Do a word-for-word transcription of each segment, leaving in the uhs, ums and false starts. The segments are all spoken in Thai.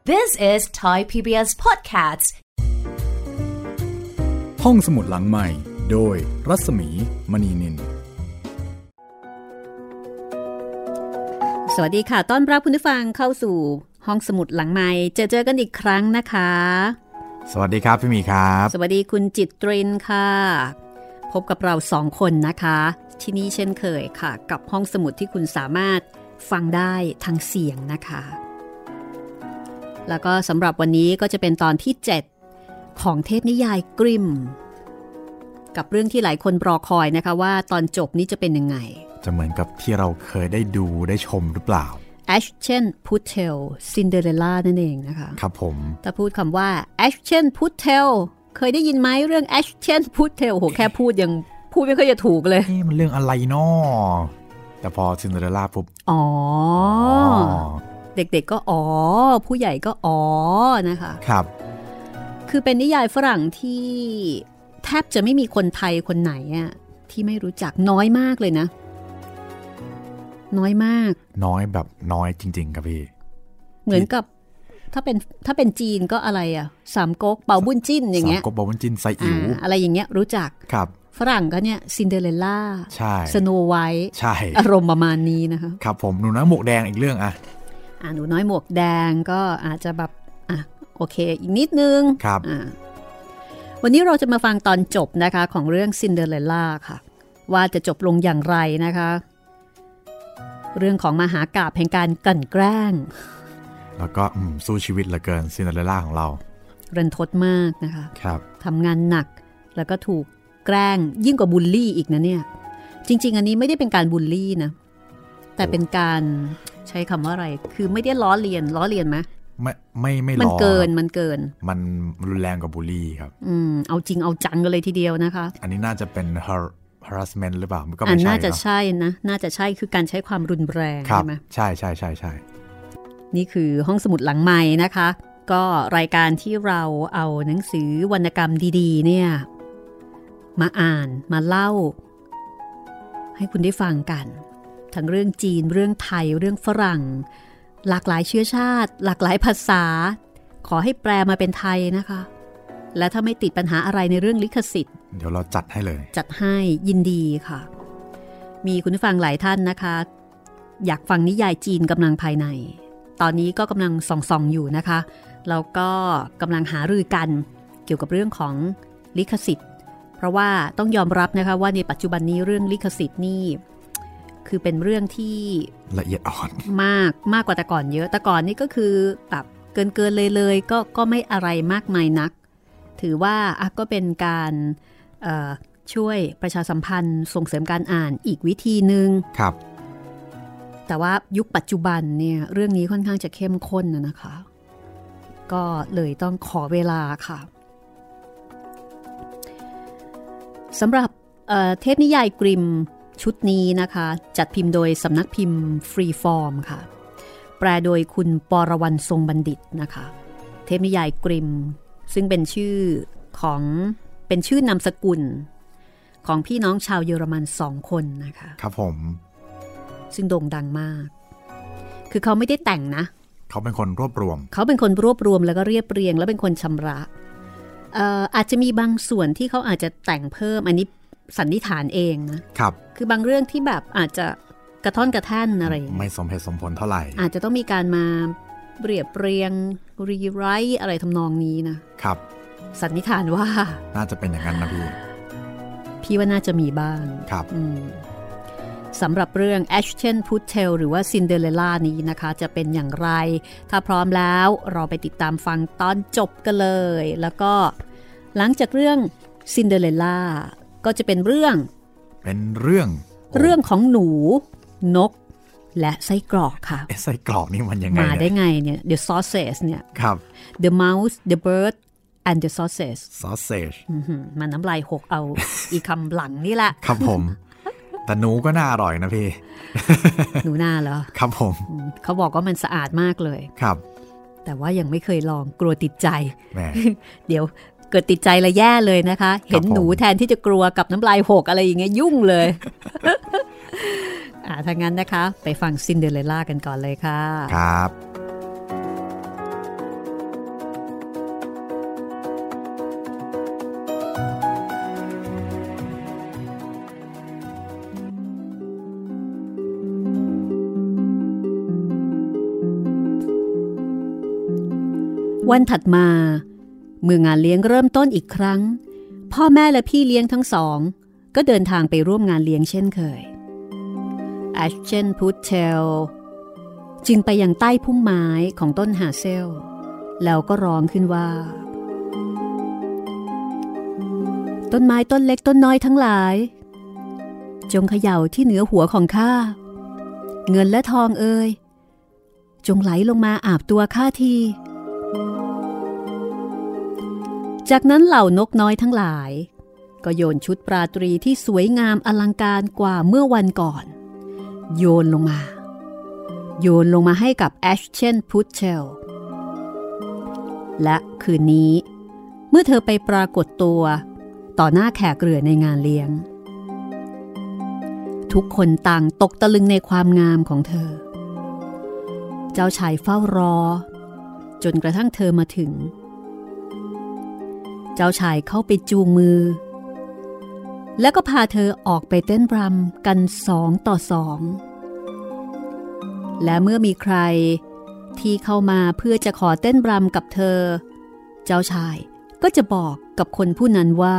This is Thai พี บี เอส Podcast ห้องสมุดหลังใหม่โดยรัศมีมณีนินสวัสดีค่ะต้อนรับคุณผู้ฟังเข้าสู่ห้องสมุดหลังใหม่เจอเจอกันอีกครั้งนะคะสวัสดีครับพี่มีครับสวัสดีคุณจิตรินค่ะพบกับเราสองคนนะคะที่นี่เช่นเคยค่ะกับห้องสมุดที่คุณสามารถฟังได้ทางเสียงนะคะแล้วก็สำหรับวันนี้ก็จะเป็นตอนที่เจ็ดของเทพนิยายกริมกับเรื่องที่หลายคนรอคอยนะคะว่าตอนจบนี้จะเป็นยังไงจะเหมือนกับที่เราเคยได้ดูได้ชมหรือเปล่า Ashton Puttel Cinderella นั่นเองนะคะครับผมถ้าพูดคำว่า Ashton Puttel เคยได้ยินไหมเรื่อง Ashton Puttel โหแค่พูดยังพูดไม่ค่อยจะถูกเลยนี่มันเรื่องอะไรน้อแต่พอ Cinderella ปุ๊บอ๋อเด็กๆก็อ๋อผู้ใหญ่ก็อ๋อนะคะครับคือเป็นนิยายฝรั่งที่แทบจะไม่มีคนไทยคนไหนอะที่ไม่รู้จักน้อยมากเลยนะน้อยมากน้อยแบบน้อยจริงๆครับพี่เหมือนกับถ้าเป็นถ้าเป็นจีนก็อะไรอะสามก๊กเปาบุญจิ้นอย่างเงี้ยสามก๊กเปาบุญจิ้นไซอิ๋วอ, อะไรอย่างเงี้ยรู้จักครับฝรั่งก็เนี่ยซินเดอเรลล่าใช่สโนไวท์ใช่อารมณ์ประมาณนี้นะคะครับผมหนูน้อยหมวกแดงอีกเรื่องอะอ่าหนูน้อยหมวกแดงก็อาจจะแบบอ่ะโอเคอีกนิดนึงครับอ่าวันนี้เราจะมาฟังตอนจบนะคะของเรื่องซินเดอเรลล่าค่ะว่าจะจบลงอย่างไรนะคะเรื่องของมหากาพย์แห่งการกลั่นแกล้งแล้วก็สู้ชีวิตเหลือเกินซินเดอเรลล่าของเรารันทดมากนะคะครับทำงานหนักแล้วก็ถูกแกล้งยิ่งกว่าบูลลี่อีกนะเนี่ยจริงๆอันนี้ไม่ได้เป็นการบูลลี่นะแต่เป็นการใช้คำว่าอะไรคือไม่ได้ล้อเลียนล้อเลียนไหมไม่ไม่ไม่ล้อมันเกินมันเกินมันรุนแรงกว่าบูลลี่ครับอืมเอาจริงเอาจังกันเลยทีเดียวนะคะอันนี้น่าจะเป็น harassment หรือเปล่าก็ไม่ใช่น่าจะใช่นะน่าจะใช่คือการใช้ความรุนแรงใช่ไหมใช่ใช่ใช่ใช่นี่คือห้องสมุดหลังใหม่นะคะก็รายการที่เราเอาหนังสือวรรณกรรมดีๆเนี่ยมาอ่านมาเล่าให้คุณได้ฟังกันทั้งเรื่องจีนเรื่องไทยเรื่องฝรั่งหลากหลายเชื้อชาติหลากหลายภาษาขอให้แปลมาเป็นไทยนะคะและถ้าไม่ติดปัญหาอะไรในเรื่องลิขสิทธิ์เดี๋ยวเราจัดให้เลยจัดให้ยินดีค่ะมีคุณผู้ฟังหลายท่านนะคะอยากฟังนิยายจีนกำลังภายในตอนนี้ก็กำลังส่องๆอยู่นะคะแล้วก็กำลังหารือกันเกี่ยวกับเรื่องของลิขสิทธิ์เพราะว่าต้องยอมรับนะคะว่าในปัจจุบันนี้เรื่องลิขสิทธิ์นี่คือเป็นเรื่องที่ละเอียดอ่อนมากมากกว่าแต่ก่อนเยอะแต่ก่อนนี่ก็คือแบบเกินเกินเลยเลยก็ก็ไม่อะไรมากมายนักถือว่าอ่ะก็เป็นการช่วยประชาสัมพันธ์ส่งเสริมการอ่านอีกวิธีนึงครับแต่ว่ายุคปัจจุบันเนี่ยเรื่องนี้ค่อนข้างจะเข้มข้นนะคะก็เลยต้องขอเวลาค่ะสำหรับเทพนิยายกริมชุดนี้นะคะจัดพิมพ์โดยสำนักพิมพ์ฟรีฟอร์มค่ะแปลโดยคุณปรวรรณทรงบัณฑิตนะคะเทพนิยายกริมซึ่งเป็นชื่อของเป็นชื่อนามสกุลของพี่น้องชาวเยอรมันสองคนนะคะครับผมซึ่งโด่งดังมากคือเขาไม่ได้แต่งนะเขาเป็นคนรวบรวมเขาเป็นคนรวบรวมแล้วก็เรียบเรียงแล้วเป็นคนชำระเอ่ออาจจะมีบางส่วนที่เขาอาจจะแต่งเพิ่มอันนี้สันนิษฐานเองนะครับคือบางเรื่องที่แบบอาจจะกระท่อนกระแท่นอะไรไม่สมเหตุสมผลเท่าไหร่อาจจะต้องมีการมาเรียบเรียงรีไรต์อะไรทำนองนี้นะครับสันนิษฐานว่าน่าจะเป็นอย่างนั้นนะพี่พี่ว่าน่าจะมีบ้างครับสำหรับเรื่อง Ashton Puttel หรือว่า Cinderella นี้นะคะจะเป็นอย่างไรถ้าพร้อมแล้วเราไปติดตามฟังตอนจบกันเลยแล้วก็หลังจากเรื่อง Cinderella ก็จะเป็นเรื่องเป็นเรื่องเรื่องของหนูนกและไส้กรอกค่ะไส้กรอกนี่มันยังไงมาได้ไงเนี่ย The Sausage เนี่ยครับ The Mouse The Bird and the Sausage Sausage มันน้ำลายหกเอา อีคำหลังนี่แหละครับผมแต่หนูก็น่าอร่อยนะพี่หนูน่าเหรอครับผมเขาบอกว่ามันสะอาดมากเลยครับแต่ว่ายังไม่เคยลองกลัวติดใจ เดี๋ยวเกิดติดใจละแย่เลยนะคะเห็นหนูแทนที่จะกลัวกับน้ำลายหกอะไรอย่างเงี้ยยุ่งเลย อ่าถ้างั้นนะคะไปฟังซินเดอเรลล่ากันก่อนเลยค่ะครับวันถัดมาเมื่องานเลี้ยงเริ่มต้นอีกครั้งพ่อแม่และพี่เลี้ยงทั้งสองก็เดินทางไปร่วมงานเลี้ยงเช่นเคยแอชเชนพุทเทลจึงไปยังใต้พุ่มไม้ของต้นฮาเซลแล้วก็ร้องขึ้นว่าต้นไม้ต้นเล็กต้นน้อยทั้งหลายจงเขย่าที่เหนือหัวของข้าเงินและทองเอ่ยจงไหลลงมาอาบตัวข้าทีจากนั้นเหล่านกน้อยทั้งหลายก็โยนชุดราตรีที่สวยงามอลังการกว่าเมื่อวันก่อนโยนลงมาโยนลงมาให้กับแอชเชนพุทเทลและคืนนี้เมื่อเธอไปปรากฏตัวต่อหน้าแขกเรือในงานเลี้ยงทุกคนต่างตกตะลึงในความงามของเธอเจ้าชายเฝ้ารอจนกระทั่งเธอมาถึงเจ้าชายเข้าไปจูงมือแล้วก็พาเธอออกไปเต้นรำกันสองต่อสองและเมื่อมีใครที่เข้ามาเพื่อจะขอเต้นรำกับเธอเจ้าชายก็จะบอกกับคนผู้นั้นว่า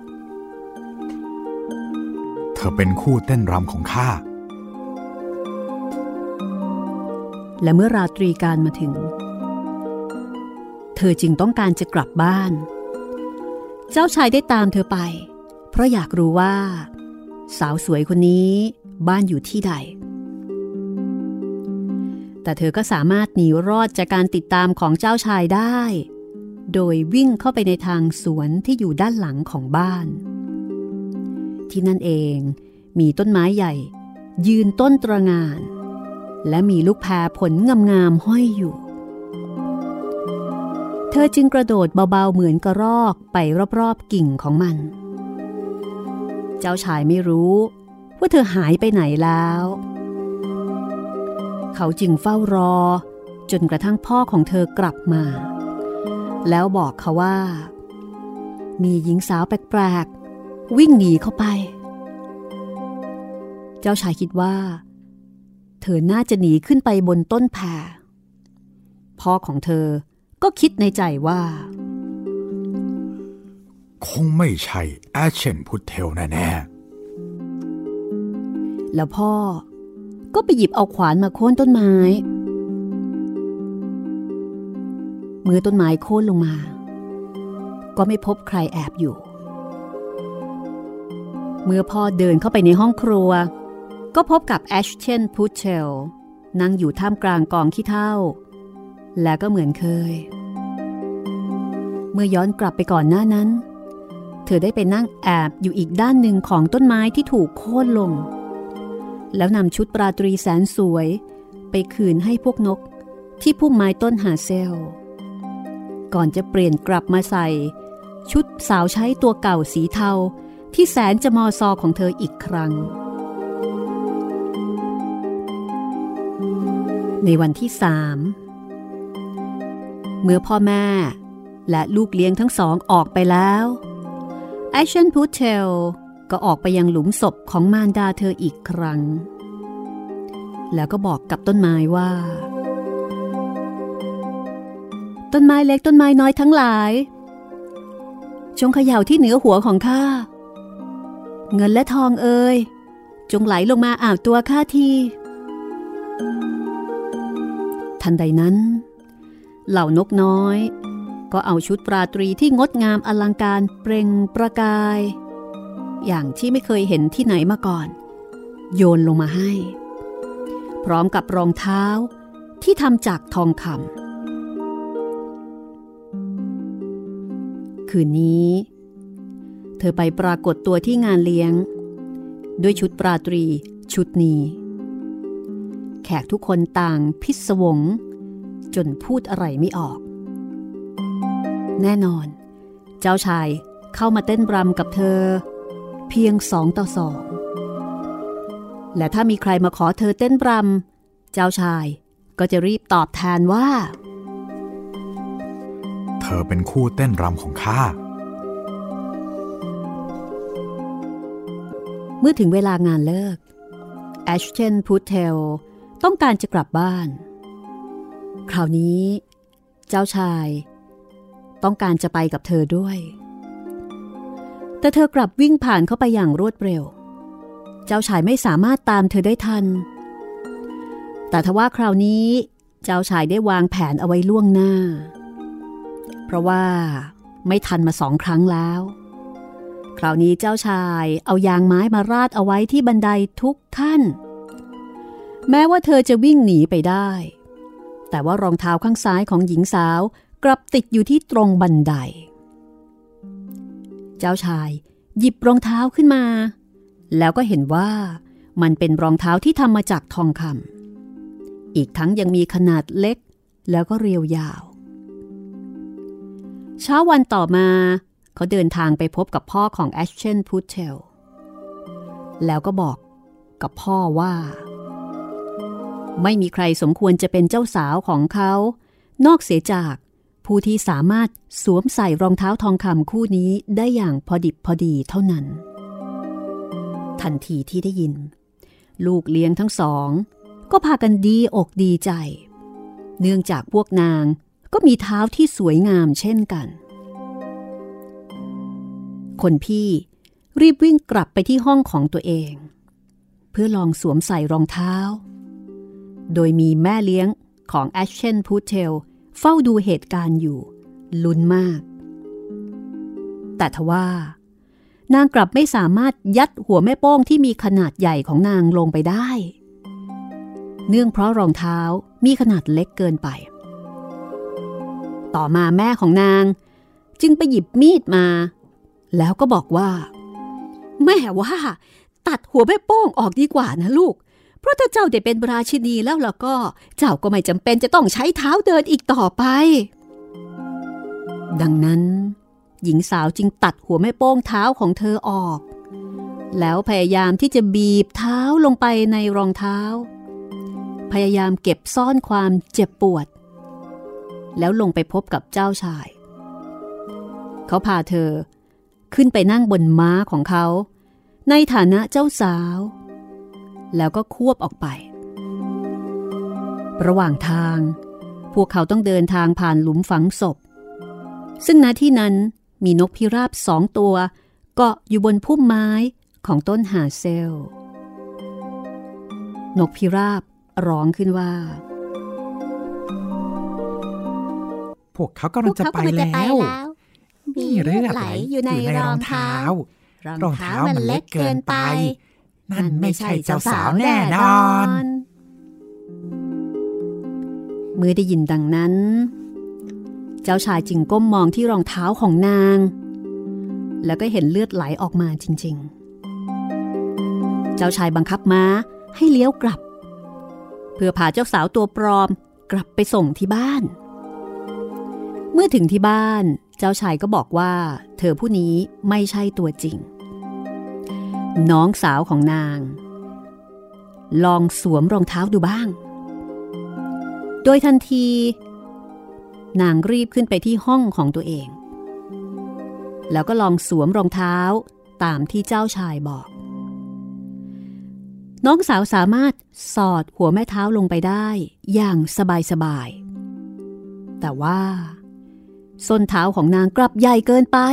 เธอเป็นคู่เต้นรำของข้าและเมื่อราตรีการมาถึงเธอจึงต้องการจะกลับบ้านเจ้าชายได้ตามเธอไปเพราะอยากรู้ว่าสาวสวยคนนี้บ้านอยู่ที่ใดแต่เธอก็สามารถหนีรอดจากการติดตามของเจ้าชายได้โดยวิ่งเข้าไปในทางสวนที่อยู่ด้านหลังของบ้านที่นั่นเองมีต้นไม้ใหญ่ยืนต้นตระหง่านและมีลูกแพรผลงามๆห้อยอยู่เธอจึงกระโดดเบาๆเหมือนกระรอกไปรอบๆกิ่งของมันเจ้าชายไม่รู้ว่าเธอหายไปไหนแล้วเขาจึงเฝ้ารอจนกระทั่งพ่อของเธอกลับมาแล้วบอกเขาว่ามีหญิงสาวแปลกๆวิ่งหนีเข้าไปเจ้าชายคิดว่าเธอน่าจะหนีขึ้นไปบนต้นแพรพ่อของเธอก็คิดในใจว่าคงไม่ใช่แอชเชนพุทเทลแน่ๆแล้วพ่อก็ไปหยิบเอาขวานมาโค่นต้นไม้เมื่อต้นไม้โค่นลงมาก็ไม่พบใครแอบอยู่เมื่อพ่อเดินเข้าไปในห้องครัวก็พบกับแอชเชนพุทเทลนั่งอยู่ท่ามกลางกองขี้เถ้าและก็เหมือนเคยเมื่อย้อนกลับไปก่อนหน้านั้นเธอได้ไปนั่งแอบอยู่อีกด้านหนึ่งของต้นไม้ที่ถูกโค่นลงแล้วนำชุดราตรีแสนสวยไปคืนให้พวกนกที่พุ่มไม้ต้นฮาเซลก่อนจะเปลี่ยนกลับมาใส่ชุดสาวใช้ตัวเก่าสีเทาที่แสนจะมอซอของเธออีกครั้งในวันที่สามเมื่อพ่อแม่และลูกเลี้ยงทั้งสองออกไปแล้วแอชเชนพุทเทลก็ออกไปยังหลุมศพของมารดาเธออีกครั้งแล้วก็บอกกับต้นไม้ว่าต้นไม้เล็กต้นไม้น้อยทั้งหลายจงเขย่าที่เหนือหัวของข้าเงินและทองเอ่ยจงไหลลงมาอาบตัวข้าทีทันใดนั้นเหล่านกน้อยก็เอาชุดราตรีที่งดงามอลังการเปล่งประกายอย่างที่ไม่เคยเห็นที่ไหนมาก่อนโยนลงมาให้พร้อมกับรองเท้าที่ทำจากทองคำคืนนี้เธอไปปรากฏตัวที่งานเลี้ยงด้วยชุดราตรีชุดนี้แขกทุกคนต่างพิศวงจนพูดอะไรไม่ออกแน่นอนเจ้าชายเข้ามาเต้นรำกับเธอเพียงสองต่อสองและถ้ามีใครมาขอเธอเต้นรำเจ้าชายก็จะรีบตอบแทนว่าเธอเป็นคู่เต้นรำของข้าเมื่อถึงเวลางานเลิกแอชเชนพุทเทลต้องการจะกลับบ้านคราวนี้เจ้าชายต้องการจะไปกับเธอด้วยแต่เธอกลับวิ่งผ่านเข้าไปอย่างรวดเร็วเจ้าชายไม่สามารถตามเธอได้ทันแต่ทว่าคราวนี้เจ้าชายได้วางแผนเอาไว้ล่วงหน้าเพราะว่าไม่ทันมาสองครั้งแล้วคราวนี้เจ้าชายเอายางไม้มาราดเอาไว้ที่บันไดทุกขั้นแม้ว่าเธอจะวิ่งหนีไปได้แต่ว่ารองเท้าข้างซ้ายของหญิงสาวกลับติดอยู่ที่ตรงบันไดเจ้าชายหยิบรองเท้าขึ้นมาแล้วก็เห็นว่ามันเป็นรองเท้าที่ทำมาจากทองคำอีกทั้งยังมีขนาดเล็กแล้วก็เรียวยาวเช้าวันต่อมาเขาเดินทางไปพบกับพ่อของแอชเชนพูเทลแล้วก็บอกกับพ่อว่าไม่มีใครสมควรจะเป็นเจ้าสาวของเขานอกเสียจากผู้ที่สามารถสวมใส่รองเท้าทองคำคู่นี้ได้อย่างพอดิบพอดีเท่านั้นทันทีที่ได้ยินลูกเลี้ยงทั้งสองก็พากันดีอกดีใจเนื่องจากพวกนางก็มีเท้าที่สวยงามเช่นกันคนพี่รีบวิ่งกลับไปที่ห้องของตัวเองเพื่อลองสวมใส่รองเท้าโดยมีแม่เลี้ยงของแอชเชนพูเทลเฝ้าดูเหตุการณ์อยู่ลุ้นมากแต่ทว่านางกลับไม่สามารถยัดหัวแม่โป้งที่มีขนาดใหญ่ของนางลงไปได้เนื่องเพราะรองเท้ามีขนาดเล็กเกินไปต่อมาแม่ของนางจึงไปหยิบมีดมาแล้วก็บอกว่าแม่ว่าตัดหัวแม่โป้งออกดีกว่านะลูกเพราะถ้าเจ้าได้เป็นราชินีแล้วล่ะก็เจ้าก็ไม่จำเป็นจะต้องใช้เท้าเดินอีกต่อไปดังนั้นหญิงสาวจึงตัดหัวแม่โป้งเท้าของเธอออกแล้วพยายามที่จะบีบเท้าลงไปในรองเท้าพยายามเก็บซ่อนความเจ็บปวดแล้วลงไปพบกับเจ้าชายเขาพาเธอขึ้นไปนั่งบนม้าของเขาในฐานะเจ้าสาวแล้วก็ควบออกไประหว่างทางพวกเขาต้องเดินทางผ่านหลุมฝังศพซึ่งณที่นั้นมีนกพิราบสองตัวเกาะอยู่บนพุ่มไม้ของต้นหาเซลนกพิราบร้องขึ้นว่าพวกเขากำลังจะไปแล้วมีเลือดไหลอยู่ในรองเท้ารองเท้ามันเล็กเกินไปนั่นไม่ใช่เจ้าสาวแน่นอนเมื่อได้ยินดังนั้นเจ้าชายจึงก้มมองที่รองเท้าของนางแล้วก็เห็นเลือดไหลออกมาจริงๆเจ้าชายบังคับม้าให้เลี้ยวกลับเพื่อพาเจ้าสาวตัวปลอมกลับไปส่งที่บ้านเมื่อถึงที่บ้านเจ้าชายก็บอกว่าเธอผู้นี้ไม่ใช่ตัวจริงน้องสาวของนางลองสวมรองเท้าดูบ้างโดยทันทีนางรีบขึ้นไปที่ห้องของตัวเองแล้วก็ลองสวมรองเท้าตามที่เจ้าชายบอกน้องสาวสามารถสอดหัวแม่เท้าลงไปได้อย่างสบายๆแต่ว่าส้นเท้าของนางกลับใหญ่เกินไป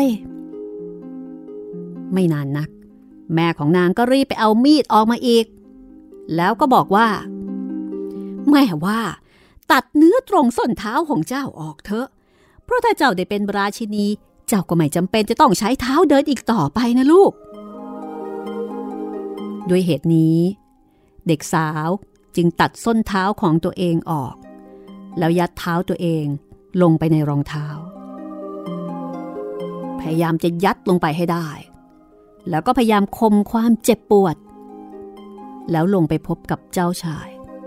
ไม่นานนักแม่ของนางก็รีบไปเอามีดออกมาอีกแล้วก็บอกว่าแม่ว่าตัดเนื้อตรงส้นเท้าของเจ้าออกเถอะเพราะถ้าเจ้าได้เป็นราชินีเจ้าก็ไม่จำเป็นจะต้องใช้เท้าเดินอีกต่อไปนะลูกด้วยเหตุนี้เด็กสาวจึงตัดส้นเท้าของตัวเองออกแล้วยัดเท้าตัวเองลงไปในรองเท้าพยายามจะยัดลงไปให้ได้แล้วก็พยายามข่มความเจ็บปวดแล้วลงไปพบกับเจ้าชาย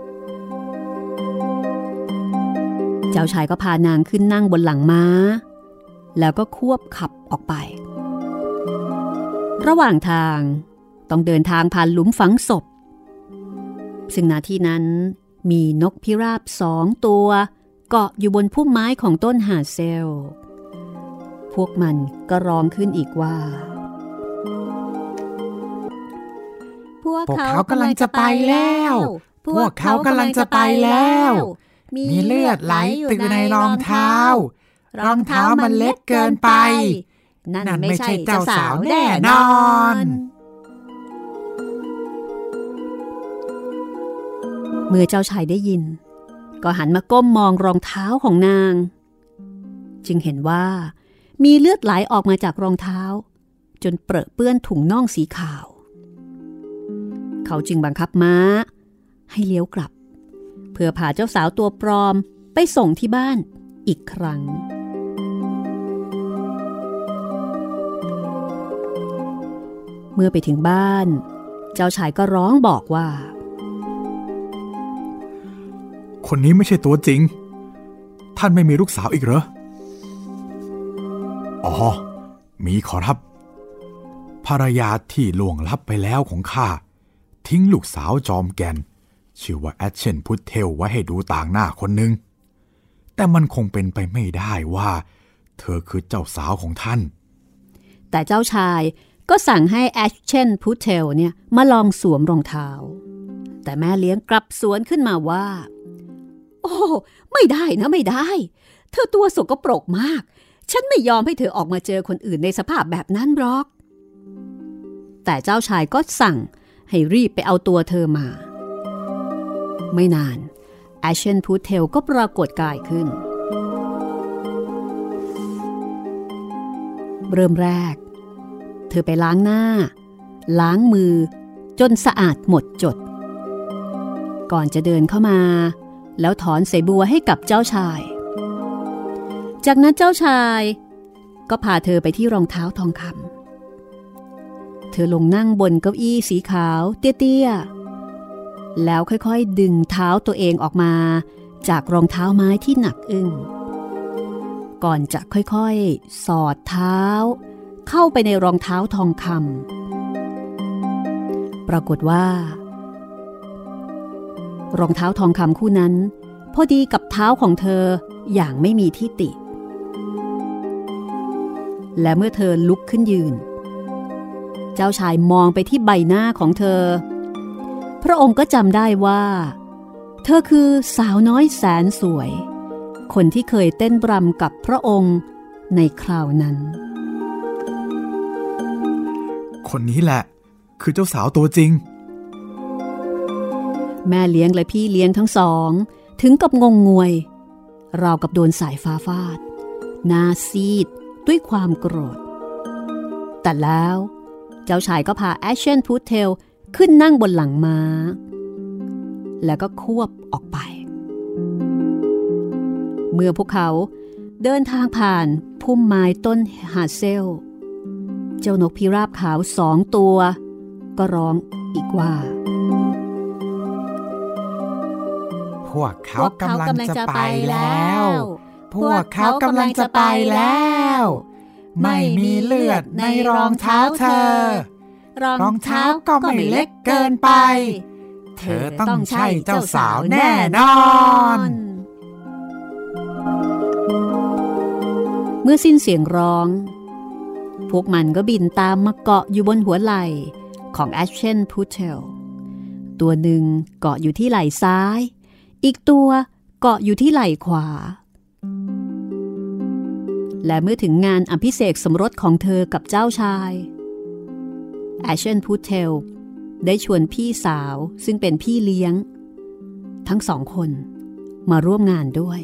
เจ้าชายก็พานางขึ้นนั่งบนหลังม้าแล้วก็ควบขับออกไประหว่างทางต้องเดินทางผ่านหลุมฝังศพซึ่งณที่นั้นมีนกพิราบสองตัวเกาะอยู่บนพุ่มไม้ของต้นหาเซลพวกมันก็ร้องขึ้นอีกว่าพวกเขากำลังจะไปแล้วพวกเขากำลังจะไปแล้วมีเลือดไหลอยู่ในรองเท้ารองเท้ามันเล็กเกินไปนั่นไม่ใช่เจ้าสาวแน่นอนเมื่อเจ้าชายได้ยินก็หันมาก้มมองรองเท้าของนางจึงเห็นว่ามีเลือดไหลออกมาจากรองเท้าจนเปรอะเปื้อนถุงน่องสีขาวเขาจึงบังคับม้าให้เลี้ยวกลับเพื่อพาเจ้าสาวตัวปลอมไปส่งที่บ้านอีกครั้งเมื่อไปถึงบ้านเจ้าชายก็ร้องบอกว่าคนนี้ไม่ใช่ตัวจริงท่านไม่มีลูกสาวอีกเหรออ๋อมีขอรับภรรยาที่ล่วงลับไปแล้วของข้าทิ้งลูกสาวจอมแก่นชื่อว่าแอชเชนพุทเทลไว้ให้ดูต่างหน้าคนหนึ่งแต่มันคงเป็นไปไม่ได้ว่าเธอคือเจ้าสาวของท่านแต่เจ้าชายก็สั่งให้แอชเชนพุทเทลเนี่ยมาลองสวมรองเท้าแต่แม่เลี้ยงกลับสวนขึ้นมาว่าโอ้ไม่ได้นะไม่ได้เธอตัวสกปรกมากฉันไม่ยอมให้เธอออกมาเจอคนอื่นในสภาพแบบนั้นหรอกแต่เจ้าชายก็สั่งให้รีบไปเอาตัวเธอมาไม่นานแอชเชนพุทเทลก็ปรากฏกายขึ้นเริ่มแรกเธอไปล้างหน้าล้างมือจนสะอาดหมดจดก่อนจะเดินเข้ามาแล้วถอนสายบัวให้กับเจ้าชายจากนั้นเจ้าชายก็พาเธอไปที่รองเท้าทองคำเธอลงนั่งบนเก้าอี้สีขาวเตี้ยๆแล้วค่อยๆดึงเท้าตัวเองออกมาจากรองเท้าไม้ที่หนักอึ้งก่อนจะค่อยๆสอดเท้าเข้าไปในรองเท้าทองคำปรากฏว่ารองเท้าทองคำคู่นั้นพอดีกับเท้าของเธออย่างไม่มีที่ติและเมื่อเธอลุกขึ้นยืนเจ้าชายมองไปที่ใบหน้าของเธอพระองค์ก็จำได้ว่าเธอคือสาวน้อยแสนสวยคนที่เคยเต้นรำกับพระองค์ในคราวนั้นคนนี้แหละคือเจ้าสาวตัวจริงแม่เลี้ยงและพี่เลี้ยงทั้งสองถึงกับงงงวยราวกับโดนสายฟ้าฟาดหน้าซีดด้วยความโกรธแต่แล้วเจ้าชายก็พาแอชเชนพุทเทลขึ้นนั่งบนหลังม้าแล้วก็ควบออกไปเมื่อพวกเขาเดินทางผ่านพุ่มไม้ต้นฮาเซลเจ้านกพิราบขาวสองตัวก็ร้องอีกว่าพวกเขากำลังจะไปแล้วพวกเขากำลังจะไปแล้วไม่มีเลือดในรองเท้าเธอรองเท้าก็ไม่เล็กเกินไปเธอต้องใช่เจ้าสาวแน่นอนเมื่อสิ้นเสียงร้องพวกมันก็บินตามมาเกาะอยู่บนหัวไหล่ของแอชเชนพุทเทลตัวหนึ่งเกาะอยู่ที่ไหล่ซ้ายอีกตัวเกาะอยู่ที่ไหล่ขวาและเมื่อถึงงานอภิเษกสมรสของเธอกับเจ้าชายแอชเชนพุทเทลได้ชวนพี่สาวซึ่งเป็นพี่เลี้ยงทั้งสองคนมาร่วมงานด้วย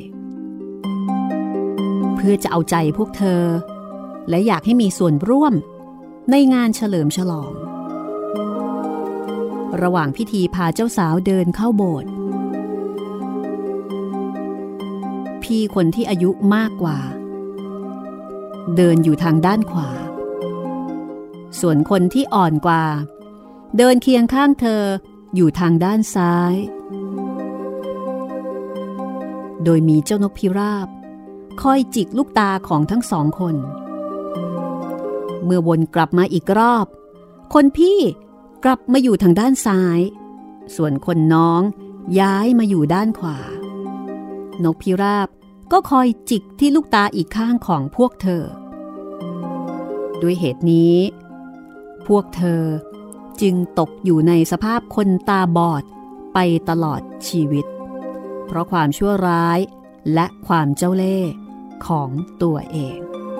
เพื่อจะเอาใจพวกเธอและอยากให้มีส่วนร่วมในงานเฉลิมฉลองระหว่างพิธีพาเจ้าสาวเดินเข้าโบสถ์พี่คนที่อายุมากกว่าเดินอยู่ทางด้านขวาส่วนคนที่อ่อนกว่าเดินเคียงข้างเธออยู่ทางด้านซ้ายโดยมีเจ้านกพิราบคอยจิกลูกตาของทั้งสองคนเมื่อวนกลับมาอีกรอบคนพี่กลับมาอยู่ทางด้านซ้ายส่วนคนน้องย้ายมาอยู่ด้านขวานกพิราบก็คอยจิกที่ลูกตาอีกข้างของพวกเธอด้วยเหตุนี้พวกเธอจึงตกอยู่ในสภาพคนตาบอดไปตลอดชีวิตเพราะความชั่วร้ายและความเจ้าเล่ห์ของตัวเอง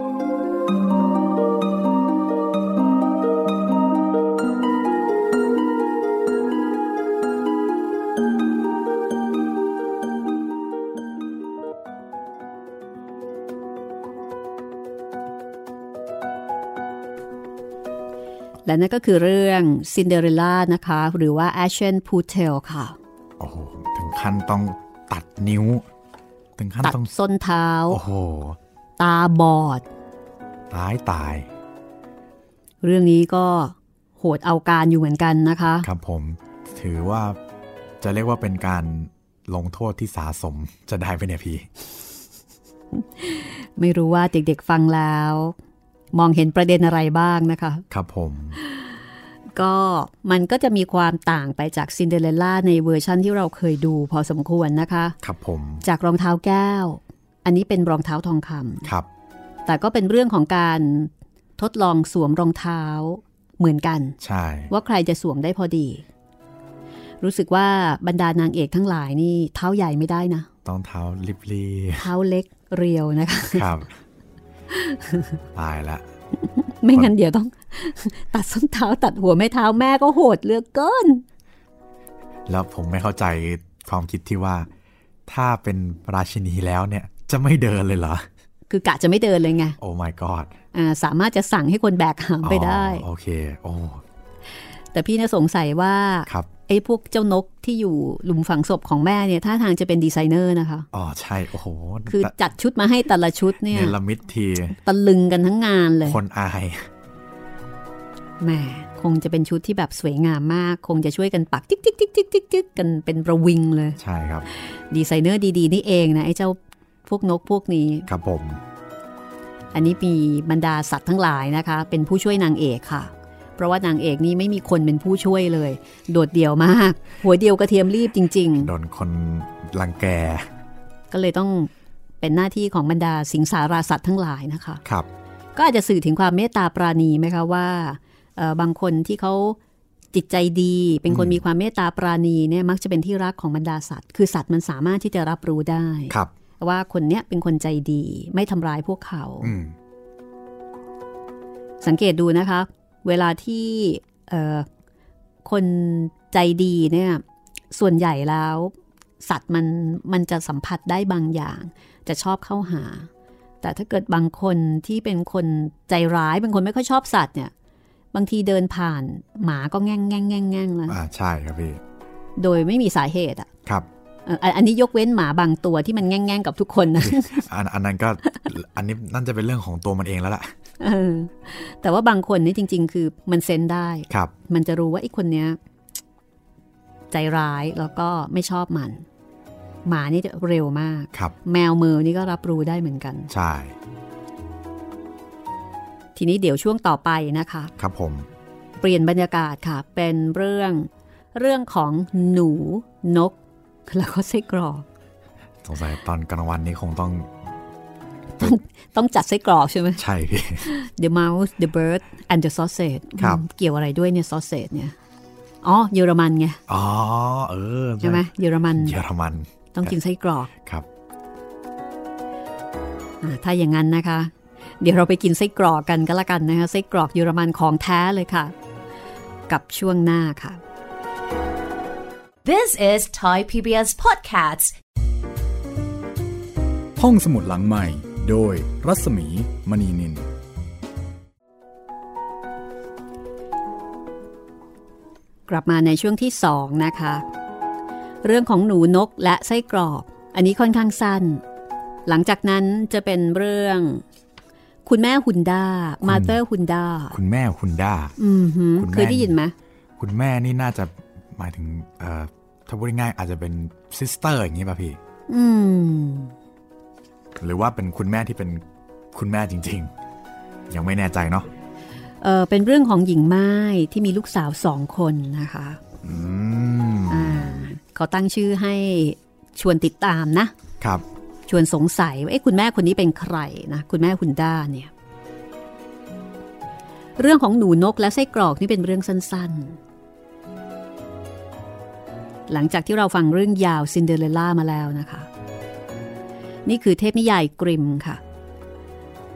และนั่นก็คือเรื่องซินเดอเรลล่านะคะหรือว่า Ashen Puttel ค่ะโอ้โหถึงขั้นต้องตัดนิ้วถึงขั้นต้องตัดส้นเท้าโอ้โหตาบอดตายตายเรื่องนี้ก็โหดเอาการอยู่เหมือนกันนะคะครับผมถือว่าจะเรียกว่าเป็นการลงโทษที่สาสมจะได้ไหมเนี่ยพี่ไม่รู้ว่าเด็กๆฟังแล้วมองเห็นประเด็นอะไรบ้างนะคะครับผมก็มันก็จะมีความต่างไปจากซินเดอเรลล่าในเวอร์ชั่นที่เราเคยดูพอสมควรนะคะครับผมจากรองเท้าแก้วอันนี้เป็นรองเท้าทองคำครับแต่ก็เป็นเรื่องของการทดลองสวมรองเท้าเหมือนกันใช่ว่าใครจะสวมได้พอดีรู้สึกว่าบรรดานางเอกทั้งหลายนี่เท้าใหญ่ไม่ได้นะต้องเท้าลิบลีเท้าเล็กเรียวนะคะครับตายละไม่งั้นเดี๋ยวต้องตัดส้นเท้าตัดหัวแม่เท้าแม่ก็โหดเหลือเกินแล้วผมไม่เข้าใจความคิดที่ว่าถ้าเป็นราชินีแล้วเนี่ยจะไม่เดินเลยเหรอคือกะจะไม่เดินเลยไงโอ้ my god อ่าสามารถจะสั่งให้คนแบกหามไปได้โอเคโอ้แต่พี่น่าสงสัยว่าไอ้พวกเจ้านกที่อยู่หลุมฝังศพของแม่เนี่ยท่าทางจะเป็นดีไซเนอร์นะคะอ๋อใช่โอ้โหคือจัดชุดมาให้แต่ละชุดเนี่ยเนลมิตทีตะลึงกันทั้งงานเลยคนอายแหมคงจะเป็นชุดที่แบบสวยงามมากคงจะช่วยกันปักจิ๊กจิ๊กจิ๊กจิ๊กจิ๊กจิ๊กกันเป็นประวิงเลยใช่ครับดีไซเนอร์ดีๆนี่เองนะไอ้เจ้าพวกนกพวกนี้ครับผมอันนี้มีบรรดาสัตว์ทั้งหลายนะคะเป็นผู้ช่วยนางเอกค่ะเพราะว่านางเอกนี่ไม่มีคนเป็นผู้ช่วยเลยโดดเดี่ยวมากหัวเดียวกระเทียมรีบจริงๆโดนคนรังแกก็เลยต้องเป็นหน้าที่ของบรรดาสิงสาราสัตว์ทั้งหลายนะคะครับก็อาจจะสื่อถึงความเมตตาปราณีไหมคะว่าบางคนที่เขาจิตใจดีเป็นคนมีความเมตตาปราณีเนี่ยมักจะเป็นที่รักของบรรดาสัตว์คือสัตว์มันสามารถที่จะรับรู้ได้ว่าคนเนี้ยเป็นคนใจดีไม่ทำร้ายพวกเขาสังเกตดูนะคะเวลาที่คนใจดีเนี่ยส่วนใหญ่แล้วสัตว์มันมันจะสัมผัสได้บางอย่างจะชอบเข้าหาแต่ถ้าเกิดบางคนที่เป็นคนใจร้ายเป็นคนไม่ค่อยชอบสัตว์เนี่ยบางทีเดินผ่านหมาก็แง่งแง่งแง่งแง่งแล้วอ่าใช่ครับพี่โดยไม่มีสาเหตุอ่ะครับอันนี้ยกเว้นหมาบางตัวที่มันแง่งแง่งกับทุกคนนะอันอันนั้นก็อันนี้นั่นจะเป็นเรื่องของตัวมันเองแล้วล่ะแต่ว่าบางคนนี่จริงๆคือมันเซนได้ครับมันจะรู้ว่าไอ้คนเนี้ยใจร้ายแล้วก็ไม่ชอบมันหมานี่จะเร็วมากแมวมือนี่ก็รับรู้ได้เหมือนกันใช่ทีนี้เดี๋ยวช่วงต่อไปนะคะครับผมเปลี่ยนบรรยากาศค่ะเป็นเรื่องเรื่องของหนูนกแล้วก็ไส้กรอกสงสัยตอนกลางวันนี้คงต้องต้องต้องจัดไส้กรอกใช่ไหมใช่พี่ The mouse the bird and the sausage เกี่ยวอะไรด้วยเนี่ย sausage เนี่ยอ๋อเยอรมันไงอ๋อเออใช่ไหมเยอรมันเยอรมันต้องกินไส้กรอกครับถ้าอย่างนั้นนะคะเดี๋ยวเราไปกินไส้กรอกกันก็แล้วกันนะคะไส้กรอกเยอรมันของแท้เลยค่ะกับช่วงหน้าค่ะ This is Thai พี บี เอส Podcast ห้องสมุดหลังใหม่โดยรัศมีมณีนินกลับมาในช่วงที่สองนะคะเรื่องของหนูนกและไส้กรอกอันนี้ค่อนข้างสั้นหลังจากนั้นจะเป็นเรื่องคุณแม่ฮุนด้ามาเตอร์ฮุนด้าคุณแม่ฮุนด้าอือหือเคยได้ยินไหมคุณแม่นี่น่าจะหมายถึงเอ่อถ้าพูดง่ายๆอาจจะเป็นซิสเตอร์อย่างนี้ป่ะพี่อืมหรือว่าเป็นคุณแม่ที่เป็นคุณแม่จริงๆยังไม่แน่ใจเนาะเออเป็นเรื่องของหญิงไม้ที่มีลูกสาวสองคนนะคะอืมอ่าเขาตั้งชื่อให้ชวนติดตามนะครับชวนสงสัยว่าเอ๊ะคุณแม่คนนี้เป็นใครนะคุณแม่ฮุนด้าเนี่ยเรื่องของหนูนกและไส้กรอกนี่เป็นเรื่องสั้นๆหลังจากที่เราฟังเรื่องยาวซินเดอเรลล่ามาแล้วนะคะนี่คือเทพนิยายกริมค่ะ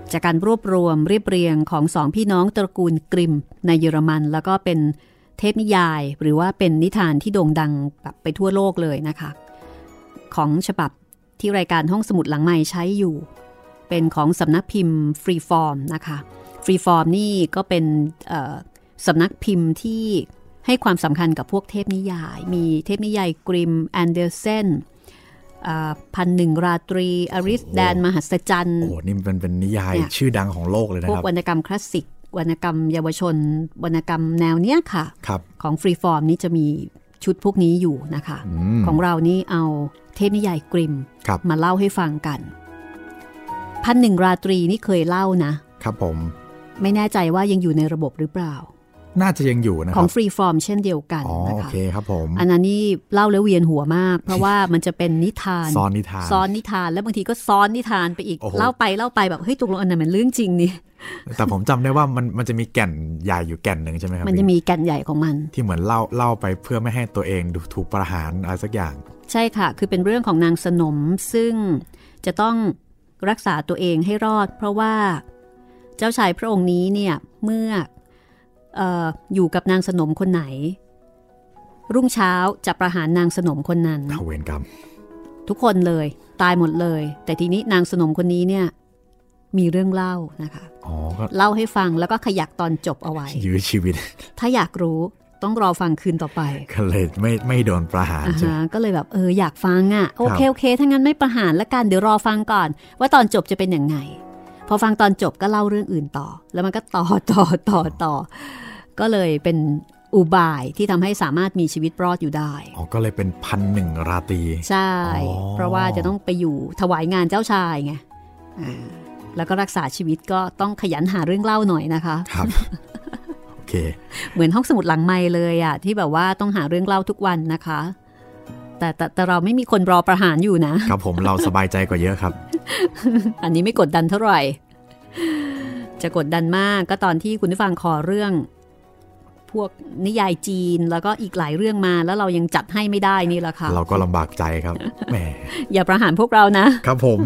จากการรวบรวมเรียบเรียงของสองพี่น้องตระกูลกริมในเยอรมันแล้วก็เป็นเทพนิยายหรือว่าเป็นนิทานที่โด่งดังแบบไปทั่วโลกเลยนะคะของฉบับที่รายการห้องสมุดหลังไมค์ใช้อยู่เป็นของสำนักพิมพ์ฟรีฟอร์มนะคะฟรีฟอร์มนี่ก็เป็นสำนักพิมพ์ที่ให้ความสำคัญกับพวกเทพนิยายมีเทพนิยายกริมแอนเดอร์เซนพันหนึ่งราตรีอริสแดนมหัศจรรย์โอ้นี่เป็นเป็นนิยายชื่อดังของโลกเลยนะครับพวกวรรณกรรมคลาสสิกวรรณกรรมเยาวชนวรรณกรรมแนวเนี้ยค่ะของฟรีฟอร์มนี่จะมีชุดพวกนี้อยู่นะคะอของเรานี่เอาเทพนิยายกริมมาเล่าให้ฟังกันพันหนึ่งราตรีนี่เคยเล่านะครับผมไม่แน่ใจว่ายังอยู่ในระบบหรือเปล่าน่าจะยังอยู่นะครับของฟรีฟอร์มเช่นเดียวกันอ๋อโอเคครับผมอันนั้นนี่เล่าแล้วเวียนหัวมากเพราะว่ามันจะเป็นนิทานซ้อนนิทานซ้อนนิทานแล้วบางทีก็ซ้อนนิทานไปอีกเล่าไปเล่าไปแบบเฮ้ยตกลงอันนั้นมันเรื่องจริงนี่แต่ผมจำได้ว่ามันมันจะมีแก่นใหญ่อยู่แก่นหนึ่งใช่ไหมครับมันจะมีแก่นใหญ่ของมันที่เหมือนเล่าเล่าไปเพื่อไม่ให้ตัวเองถูกประหารอะไรสักอย่างใช่ค่ะคือเป็นเรื่องของนางสนมซึ่งจะต้องรักษาตัวเองให้รอดเพราะว่าเจ้าชายพระองค์นี้เนี่ยเมื่อเอ่ออยู่กับนางสนมคนไหนรุ่งเช้าจะประหารนางสนมคนนั้นเวรกรรมทุกคนเลยตายหมดเลยแต่ทีนี้นางสนมคนนี้เนี่ยมีเรื่องเล่านะคะอ๋อเล่าให้ฟังแล้วก็ขยักตอนจบเอาไว้ยื้อชีวิตถ้าอยากรู้ต้องรอฟังคืนต่อไปก็เลยไม่ไม่โดนประหารใช่ก็เลยแบบเอออยากฟังอ่ะโอเคโอเคถ้างั้นไม่ประหารละกันเดี๋ยวรอฟังก่อนว่าตอนจบจะเป็นยังไงพอฟังตอนจบก็เล่าเรื่องอื่นต่อแล้วมันก็ต่อต่อต่อต่อก็เลยเป็นอุบายที่ทำให้สามารถมีชีวิตรอดอยู่ได้อ๋อก็เลยเป็นพันหนึ่งราตรีใช่เพราะว่าจะต้องไปอยู่ถวายงานเจ้าชายไงแล้วก็รักษาชีวิตก็ต้องขยันหาเรื่องเล่าหน่อยนะคะครับโอเคเหมือนห้องสมุดหลังไมค์เลยอ่ะที่แบบว่าต้องหาเรื่องเล่าทุกวันนะคะแต่แต่แต่เราไม่มีคนรอประหารอยู่นะครับผมเราสบายใจกว่าเยอะครับอันนี้ไม่กดดันเท่าไหร่จะกดดันมากก็ตอนที่คุณผู้ฟังขอเรื่องพวกนิยายจีนแล้วก็อีกหลายเรื่องมาแล้วเรายังจัดให้ไม่ได้นี่แหละค่ะเราก็ลำบากใจครับแหมอย่าประหารพวกเรานะครับผม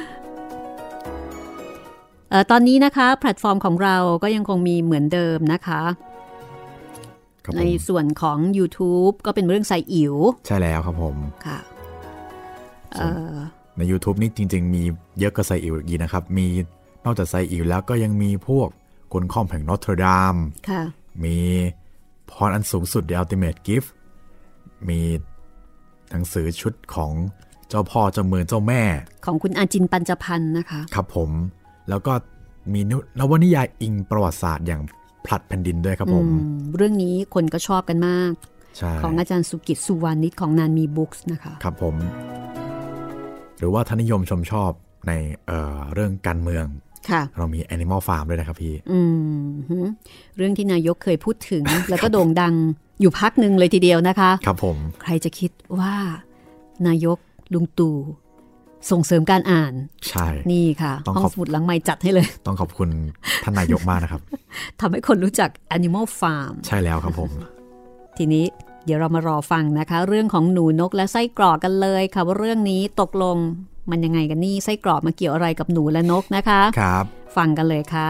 เอ่อตอนนี้นะคะแพลตฟอร์มของเราก็ยังคงมีเหมือนเดิมนะคะในส่วนของ YouTube ก็เป็นเรื่องไซอิ๋วใช่แล้วครับผมค่ะใน YouTube นี่จริงๆมีเยอะกว่าไซอิ๋วอีกนะครับมีนอกจากไซอิ๋วแล้วก็ยังมีพวกคนข้อมแห่งนอตเทอร์ดามมีพรอันสูงสุด The Ultimate Gift มีหนังสือชุดของเจ้าพ่อเจ้าเมืองเจ้าแม่ของคุณอาจินปัญจพันธ์นะคะครับผมแล้วก็มีนวนิยายอิงประวัติศาสตร์อย่างผลัดแผ่นดินด้วยครับผมเรื่องนี้คนก็ชอบกันมากของอาจารย์สุกิจสุวรรณิชของนานมีบุ๊กส์นะคะครับผมหรือว่าท่านนิยมชมชอบใน เอ่อ เรื่องการเมืองเรามี Animal Farm ด้วยนะครับพี่อืมเรื่องที่นายกเคยพูดถึง แล้วก็โด่งดังอยู่พักหนึ่งเลยทีเดียวนะคะครับผมใครจะคิดว่านายกลุงตู่ส่งเสริมการอ่านใช่นี่ค่ะห้องสมุดหลังไมค์จัดให้เลยต้องขอบคุณท่านนายกมากนะครับทำให้คนรู้จัก Animal Farm ใช่แล้วครับผมทีนี้เดี๋ยวเรามารอฟังนะคะเรื่องของหนูนกและไส้กรอกกันเลยค่ะว่าเรื่องนี้ตกลงมันยังไงกันนี่ไส้กรอกมาเกี่ยวอะไรกับหนูและนกนะคะครับฟังกันเลยค่ะ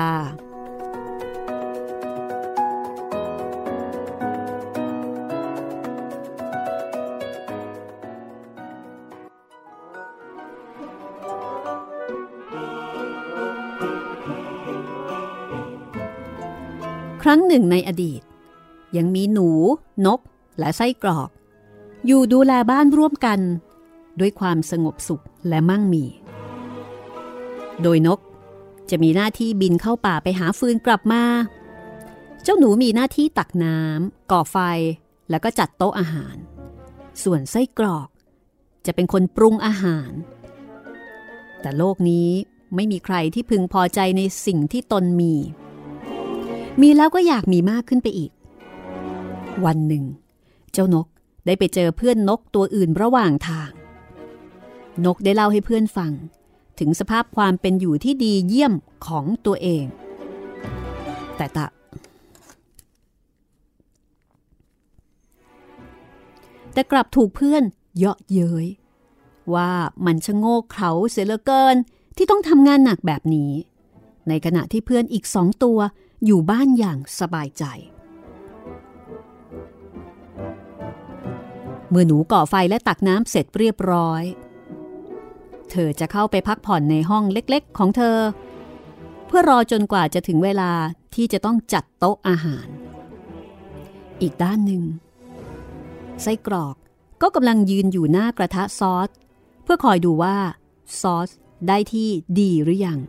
ครั้งหนึ่งในอดีตยังมีหนูนกและไส้กรอกอยู่ดูแลบ้านร่วมกันด้วยความสงบสุขและมั่งมีโดยนกจะมีหน้าที่บินเข้าป่าไปหาฟืนกลับมาเจ้าหนูมีหน้าที่ตักน้ำก่อไฟแล้วก็จัดโต๊ะอาหารส่วนไส้กรอกจะเป็นคนปรุงอาหารแต่โลกนี้ไม่มีใครที่พึงพอใจในสิ่งที่ตนมีมีแล้วก็อยากมีมากขึ้นไปอีกวันหนึ่งเจ้านกได้ไปเจอเพื่อนนกตัวอื่นระหว่างทางนกได้เล่าให้เพื่อนฟังถึงสภาพความเป็นอยู่ที่ดีเยี่ยมของตัวเองแต่ตะแต่กลับถูกเพื่อนเยาะเย้ยว่ามันชะโงกเขลาเสียเหลือเกินที่ต้องทำงานหนักแบบนี้ในขณะที่เพื่อนอีกสองตัวอยู่บ้านอย่างสบายใจเมื่อหนูก่อไฟและตักน้ำเสร็จเรียบร้อยเธอจะเข้าไปพักผ่อนในห้องเล็กๆของเธอเพื่อรอจนกว่าจะถึงเวลาที่จะต้องจัดโต๊ะอาหารอีกด้านหนึ่งไส้กรอกก็กำลังยืนอยู่หน้ากระทะซอสเพื่อคอยดูว่าซอสได้ที่ดีหรือยัง